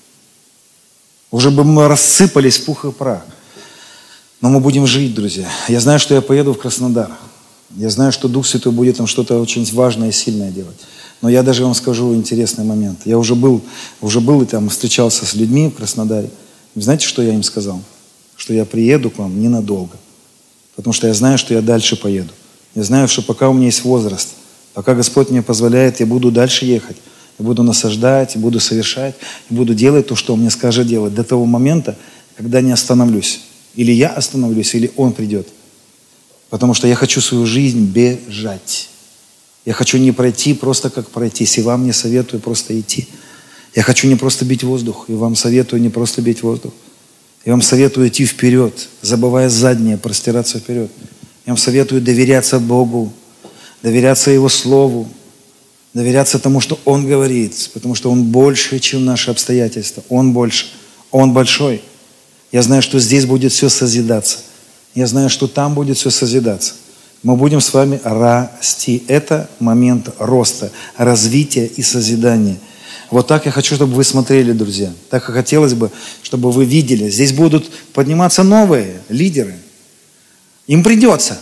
Уже бы мы рассыпались в пух и прах. Но мы будем жить, друзья. Я знаю, что я поеду в Краснодар. Я знаю, что Дух Святой будет там что-то очень важное и сильное делать. Но я даже вам скажу интересный момент. Я уже был, уже был и там встречался с людьми в Краснодаре. Знаете, что я им сказал? Что я приеду к вам ненадолго. Потому что я знаю, что я дальше поеду. Я знаю, что пока у меня есть возраст, пока Господь мне позволяет, я буду дальше ехать. Я буду насаждать, я буду совершать, я буду делать то, что Он мне скажет делать. До того момента, когда не остановлюсь. Или я остановлюсь, или Он придет. Потому что я хочу свою жизнь бежать. Я хочу не пройти просто как пройтись. И вам не советую просто идти. Я хочу не просто бить воздух, и вам советую не просто бить воздух. Я вам советую идти вперед, забывая заднее, простираться вперед. Я вам советую доверяться Богу, доверяться Его Слову, доверяться тому, что Он говорит, потому что Он больше, чем наши обстоятельства. Он больше, Он большой. Я знаю, что здесь будет все созидаться. Я знаю, что там будет все созидаться. Мы будем с вами расти. Это момент роста, развития и созидания. Вот так я хочу, чтобы вы смотрели, друзья. Так хотелось бы, чтобы вы видели. Здесь будут подниматься новые лидеры. Им придется.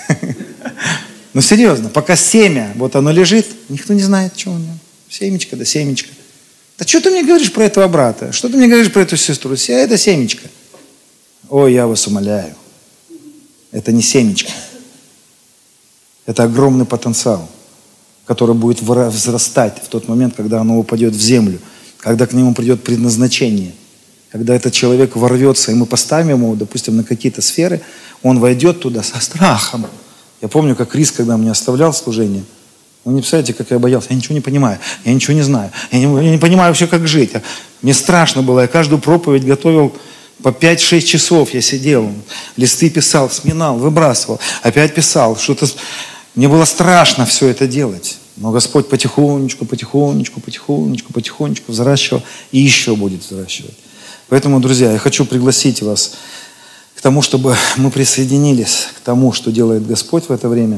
Ну, серьезно, пока семя, вот оно лежит, никто не знает, что у него. Семечко, да семечко. Да что ты мне говоришь про этого брата? Что ты мне говоришь про эту сестру? Вся это семечко. Ой, я вас умоляю. Это не семечко. Это огромный потенциал, который будет взрастать в тот момент, когда оно упадет в землю, когда к нему придет предназначение. когда этот человек ворвется, и мы поставим его, допустим, на какие-то сферы, он войдет туда со страхом. Я помню, как Крис, когда меня оставлял в служении, вы не представляете, как я боялся. Я ничего не понимаю, я ничего не знаю. Я не, я не понимаю вообще, как жить. Мне страшно было. Я каждую проповедь готовил по пять-шесть часов. Я сидел, листы писал, сминал, выбрасывал. Опять писал. Что-то... Мне было страшно все это делать. Но Господь потихонечку, потихонечку, потихонечку, потихонечку взращивал. И еще будет взращивать. Поэтому, друзья, я хочу пригласить вас к тому, чтобы мы присоединились к тому, что делает Господь в это время.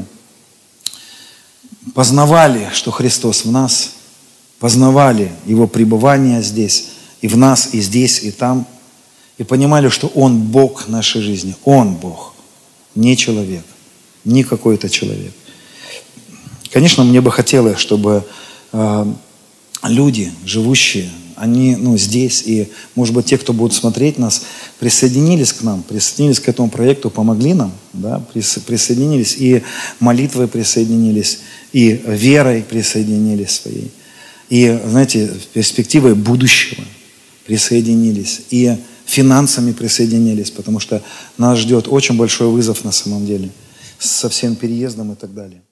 Познавали, что Христос в нас, познавали Его пребывание здесь, и в нас, и здесь, и там, и понимали, что Он Бог нашей жизни. Он Бог, не человек, не какой-то человек. Конечно, мне бы хотелось, чтобы э, люди, живущие, они ну, здесь, и, может быть, те, кто будут смотреть нас, присоединились к нам, присоединились к этому проекту, помогли нам, да, присоединились, и молитвой присоединились, и верой присоединились своей, и, знаете, перспективой будущего присоединились, и финансами присоединились, потому что нас ждет очень большой вызов на самом деле, со всем переездом и так далее.